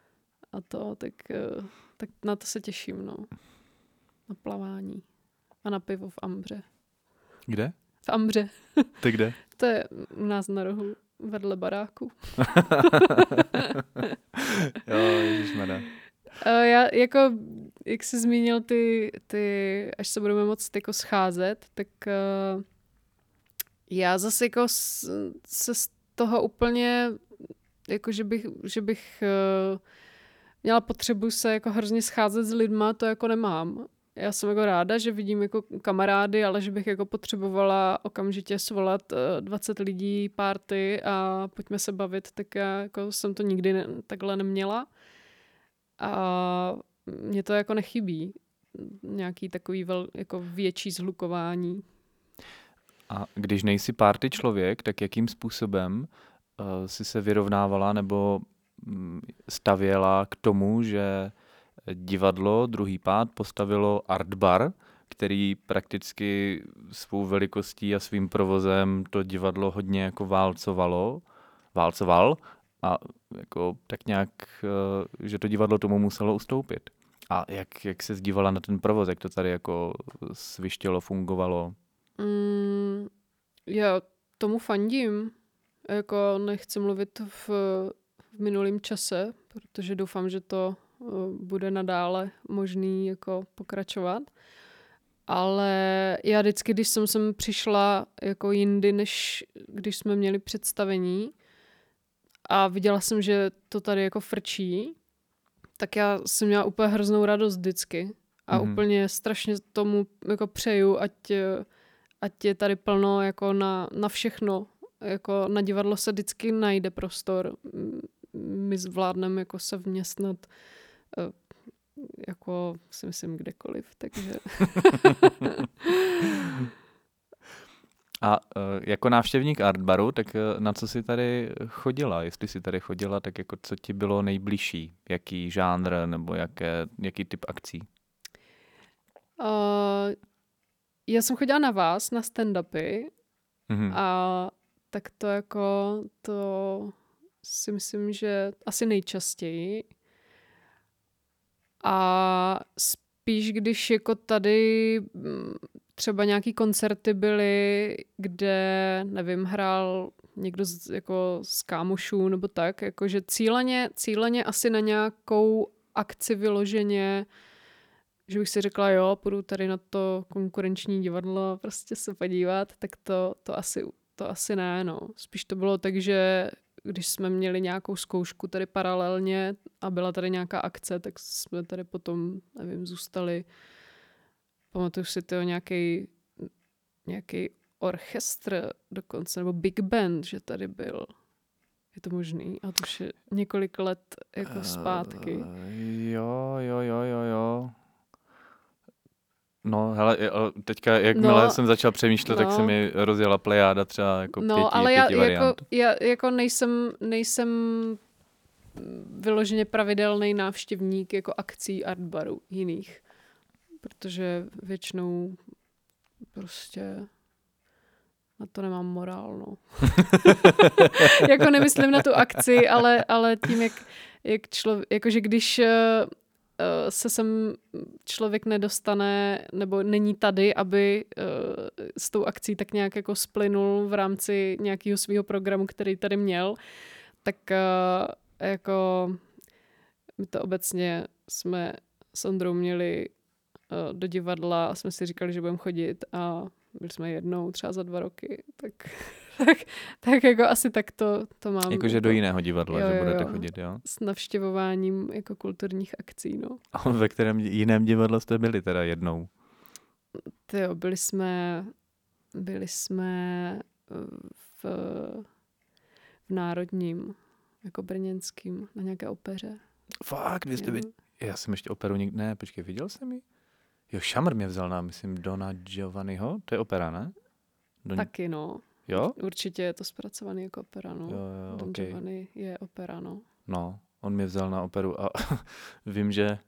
tak na to se těším, no. Na plavání a na pivo v Ambře. Kde? V Ambře. Ty kde? To je u nás na rohu vedle baráku. Jo, ježišmarja. Já jako, jak jsi zmínil ty až se budeme moct jako scházet, tak já zase jako se z toho úplně, jako že bych měla potřebu se jako hrozně scházet s lidma, to jako nemám. Já jsem jako ráda, že vidím jako kamarády, ale že bych jako potřebovala okamžitě svolat 20 lidí, party a pojďme se bavit, tak já jako jsem to nikdy takhle neměla. A mně to jako nechybí. Nějaký takový jako větší zhlukování. A když nejsi party člověk, tak jakým způsobem si se vyrovnávala nebo stavěla k tomu, že divadlo Druhý pád postavilo Art Bar, který prakticky svou velikostí a svým provozem to divadlo hodně jako válcoval a jako tak nějak, že to divadlo tomu muselo ustoupit. A jak se dívala na ten provoz, jak to tady jako svištělo, fungovalo? Já tomu fandím. Jako nechci mluvit v minulém čase, protože doufám, že to bude nadále možný jako pokračovat. Ale já vždycky, když jsem sem přišla jako jindy, než když jsme měli představení a viděla jsem, že to tady jako frčí, tak já jsem měla úplně hroznou radost vždycky. A úplně strašně tomu jako přeju, ať je tady plno jako na všechno. Jako na divadlo se vždycky najde prostor. My zvládneme jako se vměstnat jako si myslím kdekoliv, takže... A jako návštěvník Art Baru, tak na co jsi tady chodila? Jestli jsi tady chodila, tak jako co ti bylo nejbližší? Jaký žánr nebo jaký typ akcí? Já jsem chodila na vás, na stand-upy a tak to jako, to si myslím, že asi nejčastěji. A spíš, když jako tady třeba nějaký koncerty byly, kde, nevím, hrál někdo z kámošů nebo tak, jakože cíleně asi na nějakou akci vyloženě, že bych si řekla, jo, půjdu tady na to konkurenční divadlo prostě se podívat, tak to asi ne, no. Spíš to bylo tak, že když jsme měli nějakou zkoušku tady paralelně a byla tady nějaká akce, tak jsme tady potom, nevím, zůstali. Pamatuju si to nějaký orchestr dokonce, nebo big band, že tady byl. Je to možný? A to už je několik let jako zpátky. Jo. No, hele, teďka, jakmile jsem začal přemýšlet, tak se mi rozjela plejáda třeba jako pěti variant. Já jako nejsem vyloženě pravidelný návštěvník jako akcí Art Baru jiných, protože většinou prostě na to nemám morál, no. Jako nemyslím na tu akci, ale tím, jak člověk, jakože když se sem člověk nedostane nebo není tady, aby s tou akcí tak nějak jako splynul v rámci nějakého svého programu, který tady měl, tak jako my to obecně jsme s Ondrou měli do divadla a jsme si říkali, že budeme chodit a byli jsme jednou třeba za 2 roky, tak jako asi tak to mám. Jakože do jiného divadla, že budete chodit, jo? S navštěvováním jako kulturních akcí, no. A ve kterém jiném divadle jste byli teda jednou? Tyjo, byli jsme v Národním, jako brněnským, na nějaké opeře. Fakt, vy jste Já jsem ještě operu nikdy... Ne, počkej, viděl jsem ji? Jo, Šamr mě vzal na, myslím, Dona Giovanniho. To je opera, ne? Taky, no. Jo? Určitě je to zpracovaný jako opera, no. Jo, Don okay. Giovanni je opera, no. No, on mě vzal na operu a vím, že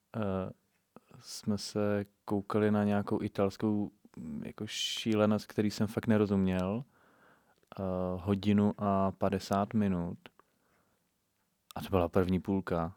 jsme se koukali na nějakou italskou jako šílenost, který jsem fakt nerozuměl. 1:50 minut. A to byla první půlka.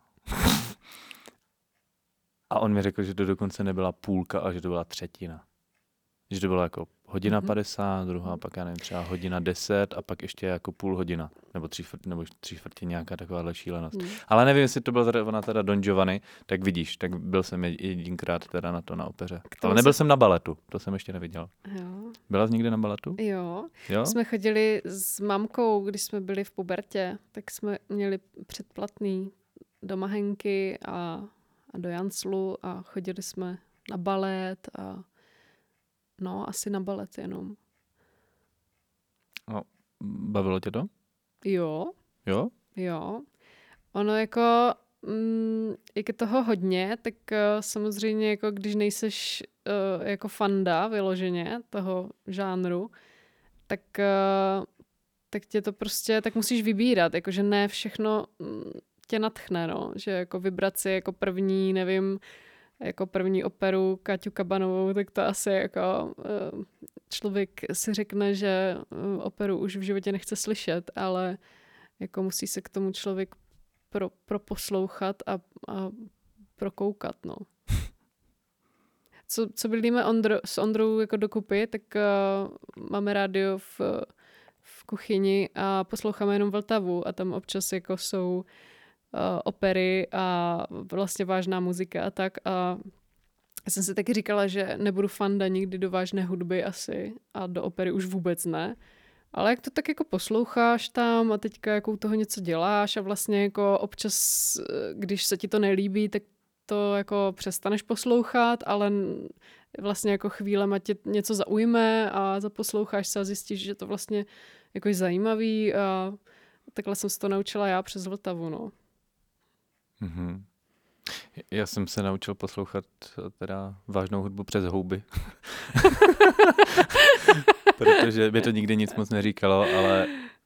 A on mi řekl, že to dokonce nebyla půlka a že to byla třetina. Že to bylo jako 1:50, druhá pak, já nevím, třeba 1:10 a pak ještě jako půl hodina. Nebo 3/4 nějaká takováhle šílenost. Ale nevím, jestli to byl ona teda Don Giovanni, tak vidíš, tak byl jsem jedinkrát teda na opeře. Ale nebyl jsem na baletu, to jsem ještě neviděl. Jo. Byla jsi někdy na baletu? Jo. Jsme chodili s mamkou, když jsme byli v pubertě, tak jsme měli předplatný do Mahenky a do Janclu a chodili jsme na balet a asi na balet jenom. No, bavilo tě to? Jo. Jo? Jo. Ono jako, jak je toho hodně, tak samozřejmě jako když nejseš jako fanda vyloženě toho žánru, tak tě to prostě, tak musíš vybírat, jakože ne všechno tě nadchne, no. Že jako vybrat si jako první, nevím, jako první operu Káťu Kabanovou, tak to asi jako člověk si řekne, že operu už v životě nechce slyšet, ale jako musí se k tomu člověk proposlouchat a prokoukat, no. Co bydlíme s Ondrou jako dokupy, tak máme rádio v kuchyni a posloucháme jenom Vltavu a tam občas jako jsou opery a vlastně vážná muzika a tak. A já jsem si taky říkala, že nebudu fanda nikdy do vážné hudby asi a do opery už vůbec ne. Ale jak to tak jako posloucháš tam a teďka jako u toho něco děláš a vlastně jako občas, když se ti to nelíbí, tak to jako přestaneš poslouchat, ale vlastně jako chvílema tě něco zaujme a zaposloucháš se a zjistíš, že to vlastně jako je zajímavý a takhle jsem se to naučila já přes Vltavu, no. Mm-hmm. Já jsem se naučil poslouchat teda vážnou hudbu přes houby. Protože mi to nikdy nic moc neříkalo, ale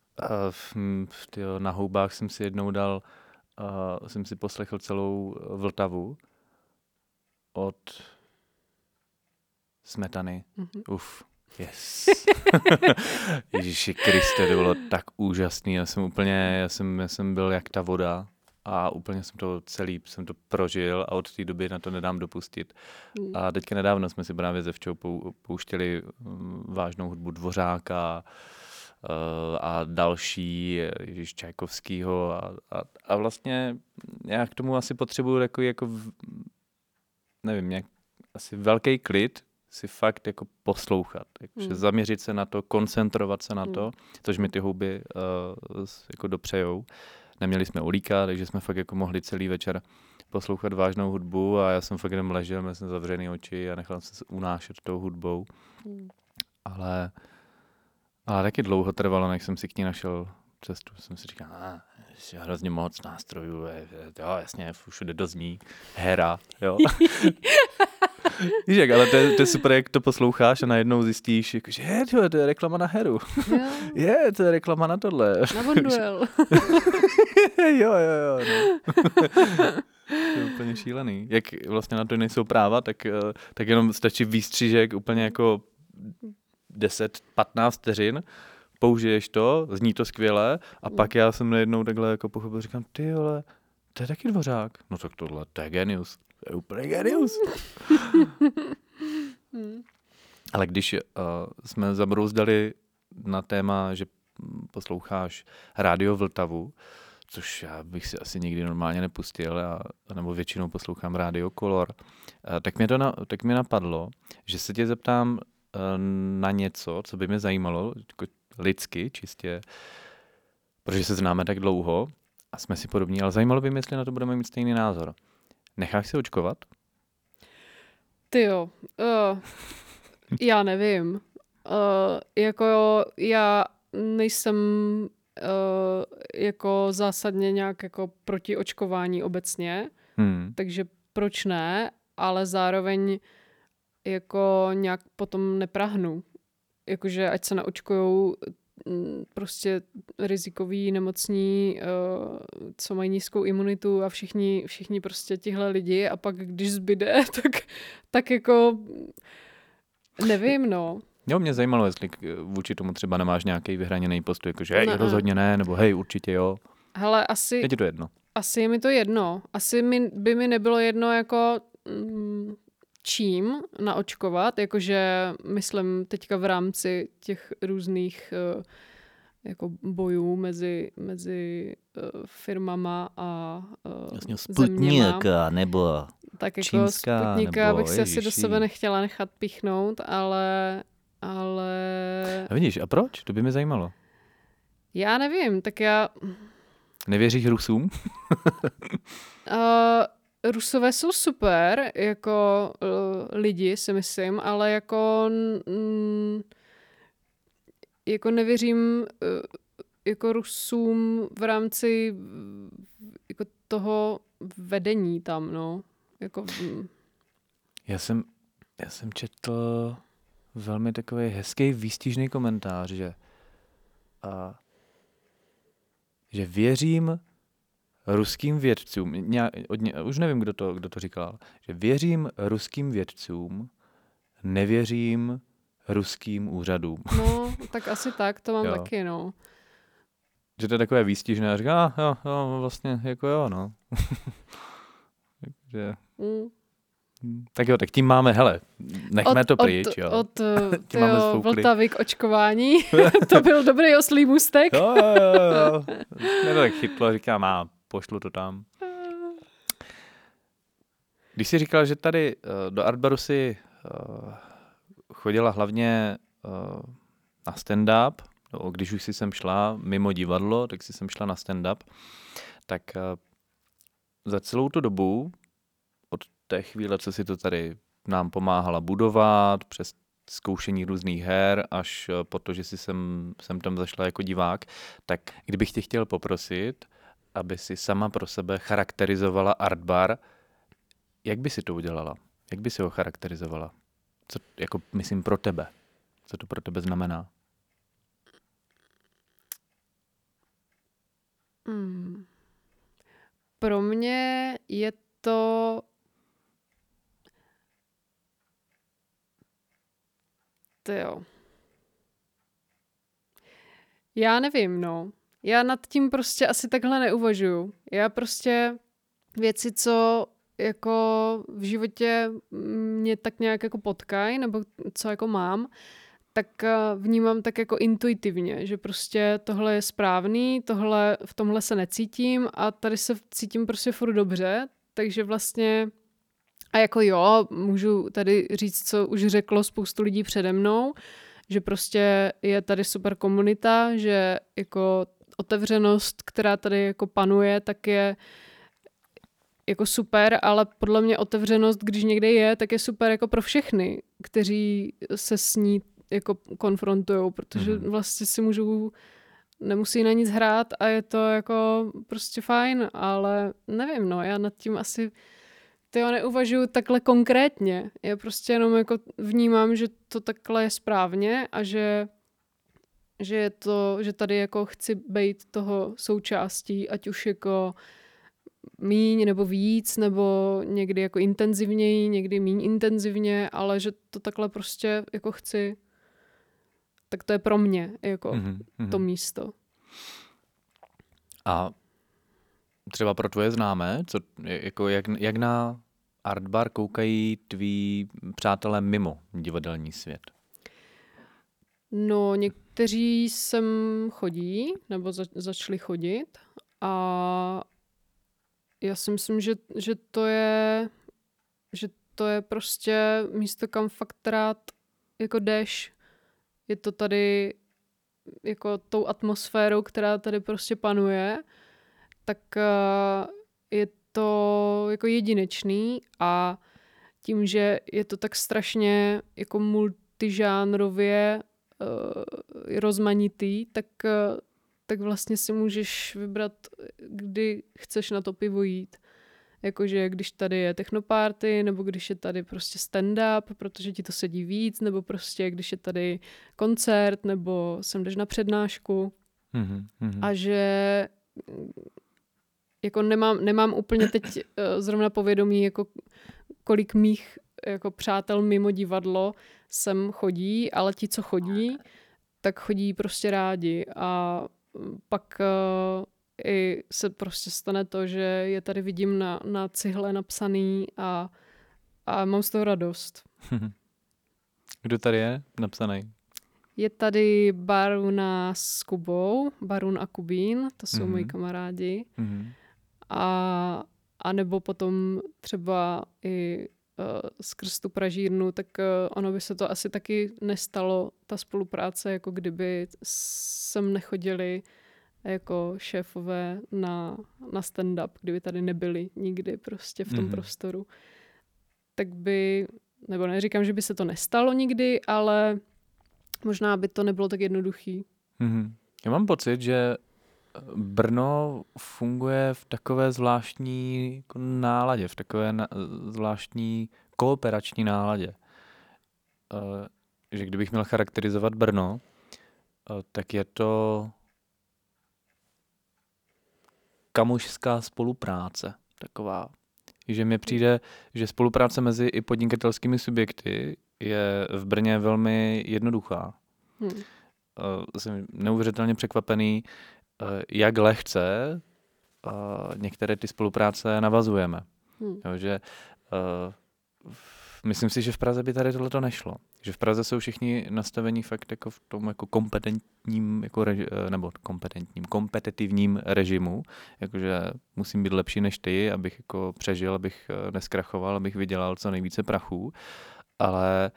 na houbách jsem si jednou jsem si poslechl celou Vltavu od Smetany. Mm-hmm. Yes. Ježíši Kriste, to bylo tak úžasný. Já jsem byl jak ta voda. A úplně jsem to prožil a od té doby na to nedám dopustit. A teďka nedávno jsme si právě se Včou pouštěli vážnou hudbu Dvořáka a další, Čajkovskýho a vlastně já k tomu asi potřebuju jako nevím, asi velký klid si fakt jako poslouchat. Jakože zaměřit se na to, koncentrovat se na to, což mi ty houby jako dopřejou. Neměli jsme olíka, takže jsme fakt jako mohli celý večer poslouchat vážnou hudbu a já jsem fakt jenom ležel, měl jsem zavřený oči a nechal jsem se unášet tou hudbou. Ale taky dlouho trvalo, než jsem si k ní našel cestu. Jsem si říkal, je hrozně moc nástrojů, jo, jasně, všude dozní, hera, jo. Víš jak, ale to je super, jak to posloucháš a najednou zjistíš, že to je reklama na heru. To je reklama na tohle. Na Bonduel. jo. No. To je úplně šílený. Jak vlastně na to nejsou práva, tak jenom stačí výstřižek úplně jako 10-15 vteřin, použiješ to, zní to skvěle a pak já jsem najednou takhle jako pochopil, říkám, ty vole, to je taky Dvořák. No tak tohle, to je genius. To je úplně genius. Ale když jsme zabrouzdali na téma, že posloucháš rádio Vltavu, což já bych si asi nikdy normálně nepustil, nebo většinou poslouchám Rádio Color, tak mě napadlo, že se tě zeptám na něco, co by mě zajímalo, jako lidsky, čistě, protože se známe tak dlouho a jsme si podobní, ale zajímalo by mě, jestli na to budeme mít stejný názor. Necháš se očkovat? Tyjo, já nevím. Jako já nejsem jako zásadně nějak jako proti očkování obecně, takže proč ne, ale zároveň jako nějak potom neprahnu. Jakože ať se naočkujou prostě rizikoví nemocní, co mají nízkou imunitu a všichni prostě tihle lidi a pak když zbyde, tak jako nevím, no. Jo, mě zajímalo, jestli vůči tomu třeba nemáš nějaký vyhraněný postoj, jakože hej, rozhodně ne, nebo hej, určitě jo. Hele, je ti to jedno? Asi je mi to jedno. Asi by mi nebylo jedno jako čím naočkovat, jakože myslím teďka v rámci těch různých jako bojů mezi firmama a Sputnika nebo tak jako čínská, Sputnika nebo bych si asi do sebe nechtěla nechat pichnout, ale... A vidíš, a proč? To by mě zajímalo. Já nevím, tak já... Nevěříš Rusům? Rusové jsou super, jako lidi si myslím, ale jako nevěřím jako Rusům v rámci jako toho vedení tam, no. Jako... Já jsem četl velmi takový hezký výstižný komentář, že věřím ruským vědcům, už nevím, kdo to říkal, že věřím ruským vědcům, nevěřím ruským úřadům. No, tak asi tak, to mám taky, no. Že to je takové výstižné a říká, jo, vlastně, jako jo, no. Takže... Tak jo, tak tím máme, hele, nechme to pryč, jo. Od Vltavy k očkování. To byl dobrý oslý můstek. Jo. Mě to tak chytlo, říkám, pošlu to tam. Když jsi říkal, že tady do Artbaru si chodila hlavně na stand-up, když už si sem šla mimo divadlo, tak si sem šla na stand-up, tak za celou tu dobu, od té chvíle, co si to tady nám pomáhala budovat, přes zkoušení různých her, až po to, že si sem tam zašla jako divák, tak kdybych tě chtěl poprosit, aby si sama pro sebe charakterizovala Artbar, jak by si to udělala? Jak by si ho charakterizovala? Co, jako myslím pro tebe. Co to pro tebe znamená? Pro mě je to já nevím, no. Já nad tím prostě asi takhle neuvažuju. Já prostě věci, co jako v životě mě tak nějak jako potkají, nebo co jako mám, tak vnímám tak jako intuitivně, že prostě tohle je správný, v tomhle se necítím a tady se cítím prostě furt dobře, takže vlastně a jako jo, můžu tady říct, co už řeklo spoustu lidí přede mnou, že prostě je tady super komunita, že jako otevřenost, která tady jako panuje, tak je jako super, ale podle mě otevřenost, když někde je, tak je super jako pro všechny, kteří se s ní jako konfrontujou, protože vlastně si nemusí na nic hrát a je to jako prostě fajn, ale nevím, no, já nad tím asi neuvažuji takhle konkrétně. Já prostě jenom jako vnímám, že to takhle je správně a že tady jako chci být toho součástí, ať už jako míň nebo víc, nebo někdy jako intenzivněji, někdy míň intenzivně, ale že to takhle prostě jako chci, tak to je pro mě jako to místo. A třeba pro tvoje známé, jako jak na Artbar koukají tví přátelé mimo divadelní svět? No, někteří sem chodí, nebo začali chodit A já si myslím, že to je prostě místo, kam fakt rád jako jdeš. Je to tady jako tou atmosférou, která tady prostě panuje, tak je to jako jedinečný a tím, že je to tak strašně jako multižánrově rozmanitý, tak vlastně si můžeš vybrat, kdy chceš na to pivo jít. Jakože když tady je technoparty, nebo když je tady prostě stand-up, protože ti to sedí víc, nebo prostě když je tady koncert, nebo sem jdeš na přednášku. A že jako nemám úplně teď zrovna povědomí, jako kolik mých jako přátel mimo divadlo sem chodí, ale ti, co chodí, tak chodí prostě rádi. A pak i se prostě stane to, že je tady vidím na cihle napsaný a mám z toho radost. Kdo tady je napsaný? Je tady Baruna s Kubou, Barun a Kubín, to jsou moji kamarádi. A nebo potom třeba i skrz tu pražírnu, tak ono by se to asi taky nestalo, ta spolupráce, jako kdyby sem nechodili jako šéfové na stand-up, kdyby tady nebyli nikdy prostě v tom prostoru. Tak by, nebo neříkám, že by se to nestalo nikdy, ale možná by to nebylo tak jednoduchý. Já mám pocit, že Brno funguje v takové zvláštní jako náladě, v takové zvláštní kooperační náladě. Že kdybych měl charakterizovat Brno, tak je to kamošská spolupráce taková. Že mi přijde, že spolupráce mezi i podnikatelskými subjekty je v Brně velmi jednoduchá. Jsem neuvěřitelně překvapený, jak lehce některé ty spolupráce navazujeme. Že myslím si, že v Praze by tady tohleto nešlo. Že v Praze jsou všichni nastavení fakt jako v tom jako kompetentním, jako nebo kompetitivním režimu. Jakože musím být lepší než ty, abych jako přežil, abych neskrachoval, abych vydělal co nejvíce prachů. Ale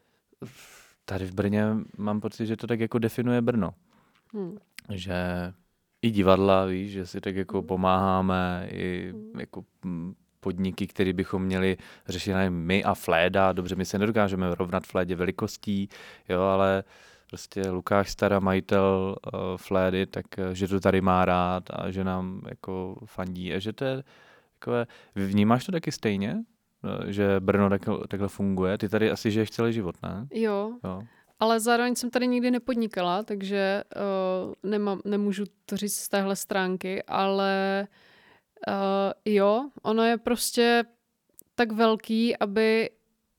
tady v Brně mám pocit, že to tak jako definuje Brno. Že i divadla, víš, že si tak jako pomáháme, i jako podniky, které bychom měli řešit my a Fléda. Dobře, my se nedokážeme rovnat Flédě velikostí, jo, ale prostě Lukáš Stara, majitel Flédy, tak že to tady má rád a že nám jako fandí. A že to je takové, vnímáš to taky stejně? Že Brno takhle funguje? Ty tady asi žiješ celý život, ne? Jo. Ale zároveň jsem tady nikdy nepodnikala, takže nemůžu to říct z téhle stránky, ale jo, ono je prostě tak velký, aby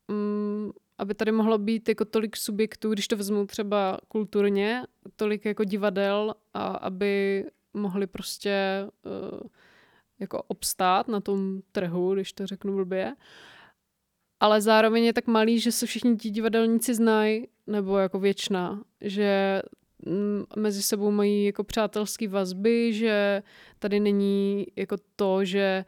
tady mohlo být jako tolik subjektů, když to vezmu třeba kulturně, tolik jako divadel, a aby mohli prostě jako obstát na tom trhu, když to řeknu blbě. Ale zároveň je tak malý, že se všichni ti divadelníci znají, nebo jako většina, že mezi sebou mají jako přátelské vazby, že tady není jako to, že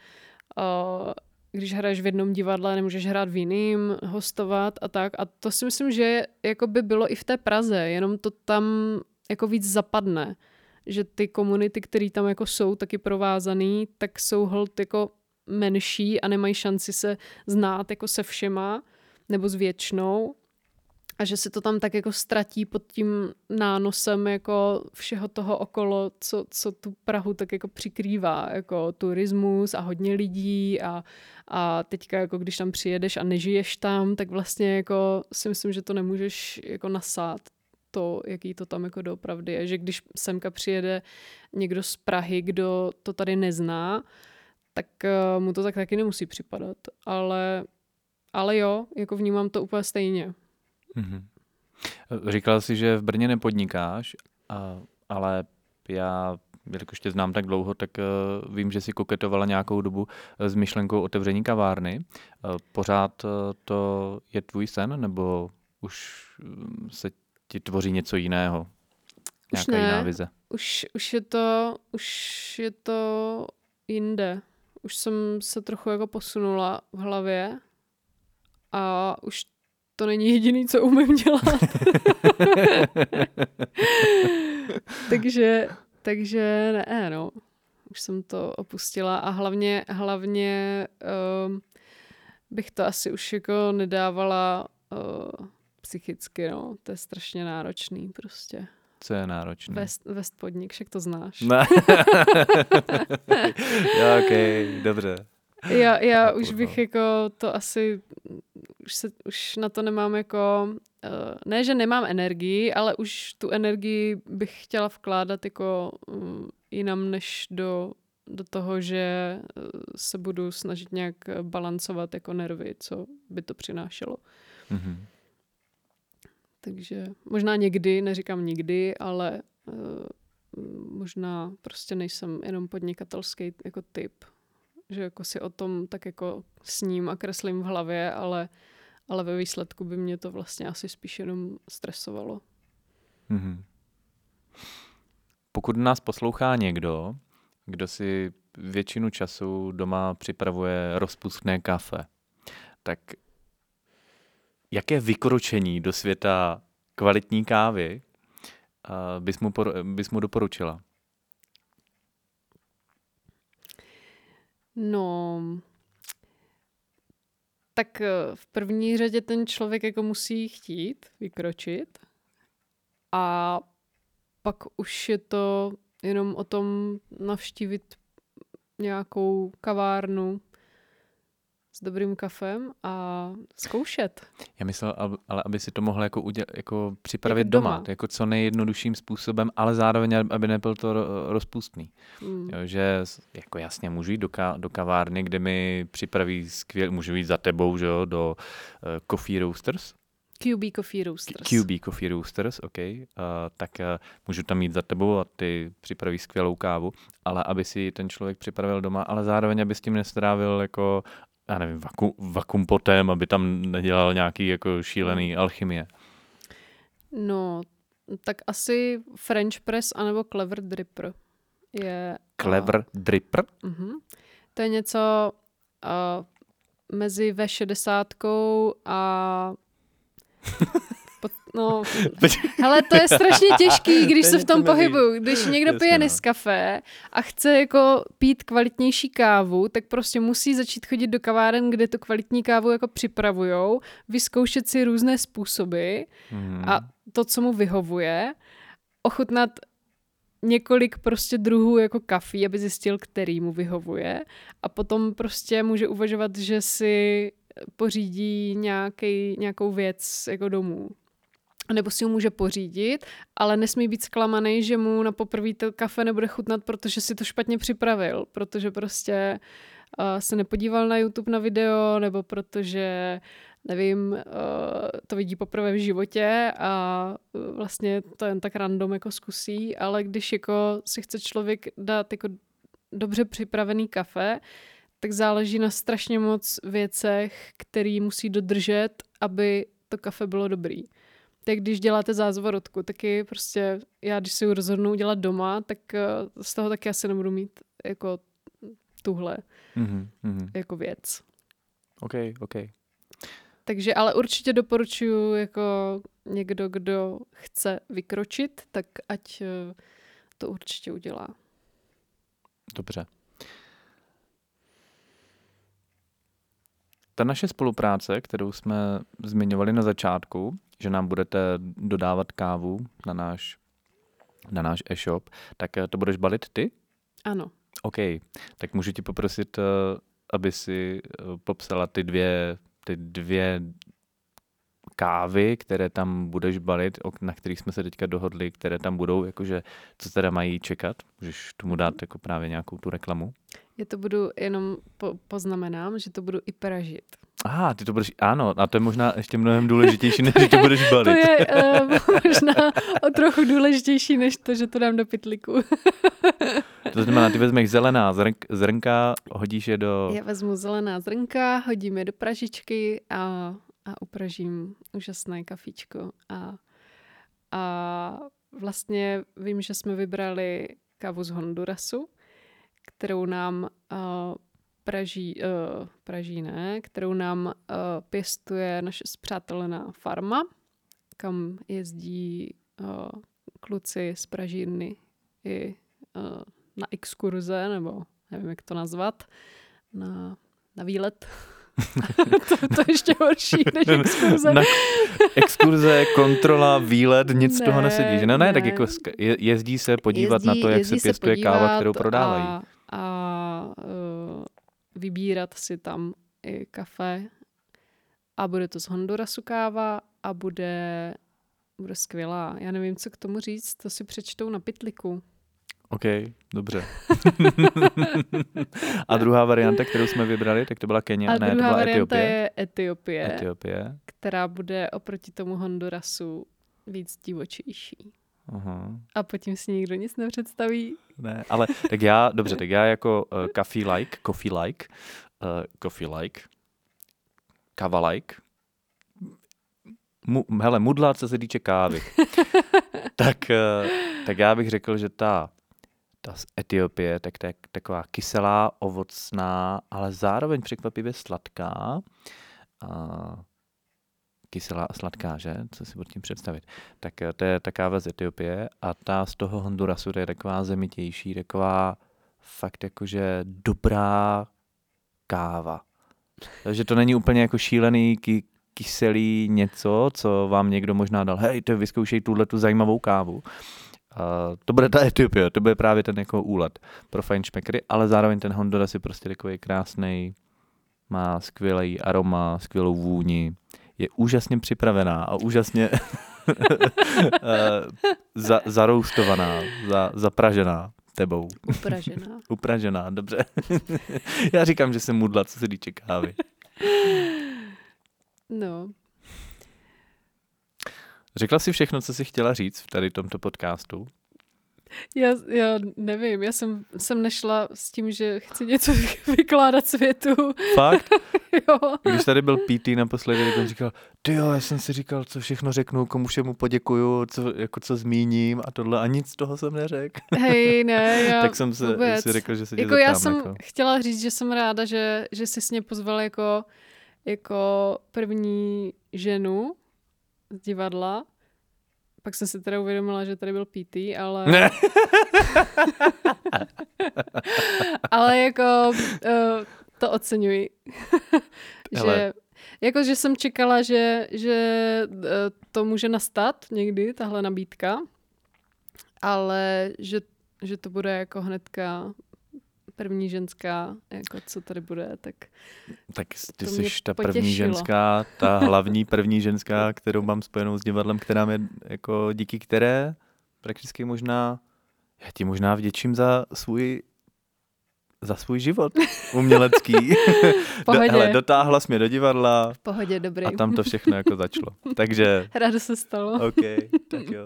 když hraješ v jednom divadle, nemůžeš hrát v jiným, hostovat a tak. A to si myslím, že jako by bylo i v té Praze, jenom to tam jako víc zapadne. Že ty komunity, které tam jako jsou taky provázaný, tak jsou holt jako menší a nemají šanci se znát jako se všema nebo s většinou. A že se to tam tak jako ztratí pod tím nánosem jako všeho toho okolo, co tu Prahu tak jako přikrývá, jako turismus a hodně lidí a teďka jako když tam přijedeš a nežiješ tam, tak vlastně jako si myslím, že to nemůžeš jako nasát to, jaký to tam jako doopravdy je. Že když semka přijede někdo z Prahy, kdo to tady nezná, tak mu to tak taky nemusí připadat. Ale jo, jako vnímám to úplně stejně. Říkal jsi, že v Brně nepodnikáš, ale já, jelikož tě znám tak dlouho, tak vím, že jsi koketovala nějakou dobu s myšlenkou otevření kavárny. Pořád to je tvůj sen, nebo už se ti tvoří něco jiného? Nějaká jiná vize? Už je to jinde. Už jsem se trochu jako posunula v hlavě a už to není jediný, co umím dělat. takže ne, no. Už jsem to opustila a hlavně bych to asi už jako nedávala psychicky, no. To je strašně náročný prostě. Co je náročný? Vést podnik, však to znáš. Ne. Jo, okej, dobře. Já už bych jako to asi, už na to nemám jako, ne, že nemám energii, ale už tu energii bych chtěla vkládat jako jinam než do toho, že se budu snažit nějak balancovat jako nervy, co by to přinášelo. Mm-hmm. Takže možná někdy, neříkám nikdy, ale možná prostě nejsem jenom podnikatelský jako typ. Že jako si o tom tak jako sním a kreslím v hlavě, ale ve výsledku by mě to vlastně asi spíš jenom stresovalo. Mm-hmm. Pokud nás poslouchá někdo, kdo si většinu času doma připravuje rozpustné kafe, tak jaké vykročení do světa kvalitní kávy bys mu doporučila? No, tak v první řadě ten člověk jako musí chtít vykročit a pak už je to jenom o tom navštívit nějakou kavárnu s dobrým kafem a zkoušet. Já myslel, ale aby si to mohl jako připravit jako doma. Jako co nejjednodušším způsobem, ale zároveň, aby nebyl to rozpustný. Jo, že jako jasně můžu jít do kavárny, kde mi připraví můžu jít za tebou, že jo, do Coffee Roasters. QB Coffee Roasters. QB Coffee Roasters, ok. Tak můžu tam jít za tebou a ty připraví skvělou kávu, ale aby si ten člověk připravil doma, ale zároveň, aby s tím nestrávil jako já nevím, vakuum potem, aby tam nedělal nějaký jako šílený alchymie. No, tak asi French Press anebo Clever Dripper je... Clever Dripper? To je něco mezi V60 a... No, hele, to je strašně těžký, když se v tom pohybuju. Když někdo pije Nescafé a chce jako pít kvalitnější kávu, tak prostě musí začít chodit do kaváren, kde tu kvalitní kávu jako připravujou, vyzkoušet si různé způsoby a to, co mu vyhovuje, ochutnat několik prostě druhů jako kafí, aby zjistil, který mu vyhovuje a potom prostě může uvažovat, že si pořídí nějakou věc jako domů. Nebo si ho může pořídit, ale nesmí být zklamaný, že mu na poprvé to kafe nebude chutnat, protože si to špatně připravil, protože prostě se nepodíval na YouTube na video, nebo protože, nevím, to vidí poprvé v životě a vlastně to jen tak random jako zkusí, ale když jako si chce člověk dát jako dobře připravený kafe, tak záleží na strašně moc věcech, který musí dodržet, aby to kafe bylo dobrý. Tak když děláte zázvorotku, taky prostě já, když si ji rozhodnu udělat doma, tak z toho taky asi nebudu mít jako tuhle jako věc. OK. Takže ale určitě doporučuji jako někdo, kdo chce vykročit, tak ať to určitě udělá. Dobře. Ta naše spolupráce, kterou jsme zmiňovali na začátku, že nám budete dodávat kávu na náš e-shop, tak to budeš balit ty? Ano. OK, tak můžu ti poprosit, aby si popsala ty dvě kávy, které tam budeš balit, na kterých jsme se teďka dohodli, které tam budou, jakože co teda mají čekat. Můžeš tomu dát jako právě nějakou tu reklamu? Já to budu jenom poznamenám, že to budu i pražit. Aha, ty to budeš, ano, a to je možná ještě mnohem důležitější, než to budeš balit. To je možná o trochu důležitější, než to, že to dám do pytlíku. To znamená, ty vezmeš zelená zrnka, hodíš je do... Já vezmu zelená zrnka, hodím je do pražičky a upražím úžasné kafíčko. A vlastně vím, že jsme vybrali kávu z Hondurasu, kterou nám kterou nám pěstuje naše spřátelená farma, kam jezdí kluci z pražírny i na exkurze, nebo nevím, jak to nazvat, na výlet. to ještě horší než exkurze. Exkurze, kontrola, výlet, nic z toho nesedí. Že? Ne, tak jako jezdí se podívat na to, jak se pěstuje káva, kterou prodávají. A vybírat si tam i kafe. A bude to z Hondurasu káva a bude skvělá. Já nevím, co k tomu říct, to si přečtou na Pytliku. OK, dobře. A druhá varianta, kterou jsme vybrali, tak to byla Kenia, ne, to byla varianta Etiopie. je Etiopie, která bude oproti tomu Hondurasu víc divočejší. Aha. A pod tím si nikdo nic nepředstaví. Ne, ale tak já jako coffee like, kava like, mudla, co se týče kávy. tak já bych řekl, že ta z Etiopie, tak to je taková kyselá, ovocná, ale zároveň překvapivě sladká. Kyselá a sladká, že? Co si pod tím představit? Tak to je ta káva z Etiopie a ta z toho Hondurasu, to je taková zemitější, taková fakt jakože dobrá káva. Takže to není úplně jako šílený kyselý něco, co vám někdo možná dal. Hej, to vyzkoušej tu zajímavou kávu. To bude ta Etiopie, to bude právě ten jako úlet pro fajnšmekry, ale zároveň ten Honduras je prostě takový krásný, má skvělý aroma, skvělou vůni, je úžasně připravená a úžasně zaroustovaná, zapražená tebou. Upražená, dobře. Já říkám, že jsem mudla, co se týče kávy. No. Řekla jsi všechno, co jsi chtěla říct v tady tomto podcastu? Já nevím, já jsem nešla s tím, že chci něco vykládat světu. Fakt? Jo. Když tady byl PT naposledy, tak on říkal, já jsem si říkal, co všechno řeknu, komu všemu poděkuju, co zmíním a tohle a nic z toho jsem neřekl. Hej, ne, já tak jsem si řekl, že se tě jako zeptám. Já jsem chtěla říct, že jsem ráda, že jsi mě pozval jako první ženu z divadla. Pak jsem si teda uvědomila, že tady byl PT, ale... Ne. ale jako to oceňuji. že jsem čekala, že to může nastat někdy, tahle nabídka, ale že to bude jako hnedka první ženská, jako co tady bude, tak ty jsi ta první ženská, ta hlavní první ženská, kterou mám spojenou s divadlem, která mě jako díky které prakticky já ti možná vděčím za svůj život umělecký. Dotáhla jsi mě do divadla. V pohodě, dobrý. A tam to všechno jako začalo. Takže... Rádo se stalo. OK, tak jo,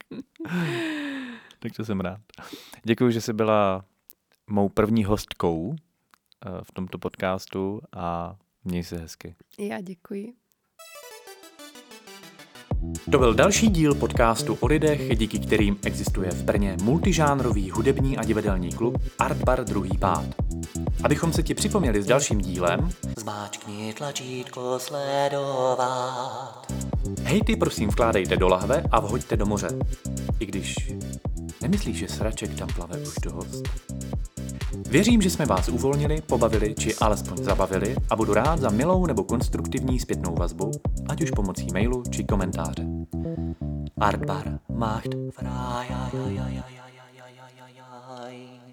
tak to jsem rád. Děkuji, že jsi byla mou první hostkou v tomto podcastu a měj se hezky. Já děkuji. To byl další díl podcastu o lidech, díky kterým existuje v Brně multižánrový hudební a divadelní klub Art Bar Druhý pád. Abychom se ti připomněli s dalším dílem, zmáčkni tlačítko sledovat. Hejty prosím vkládejte do lahve a vhoďte do moře. I když nemyslíš, že sraček tam plave už dost. Věřím, že jsme vás uvolnili, pobavili či alespoň zabavili a budu rád za milou nebo konstruktivní zpětnou vazbu, ať už pomocí mailu či komentáře. Artbar macht frei.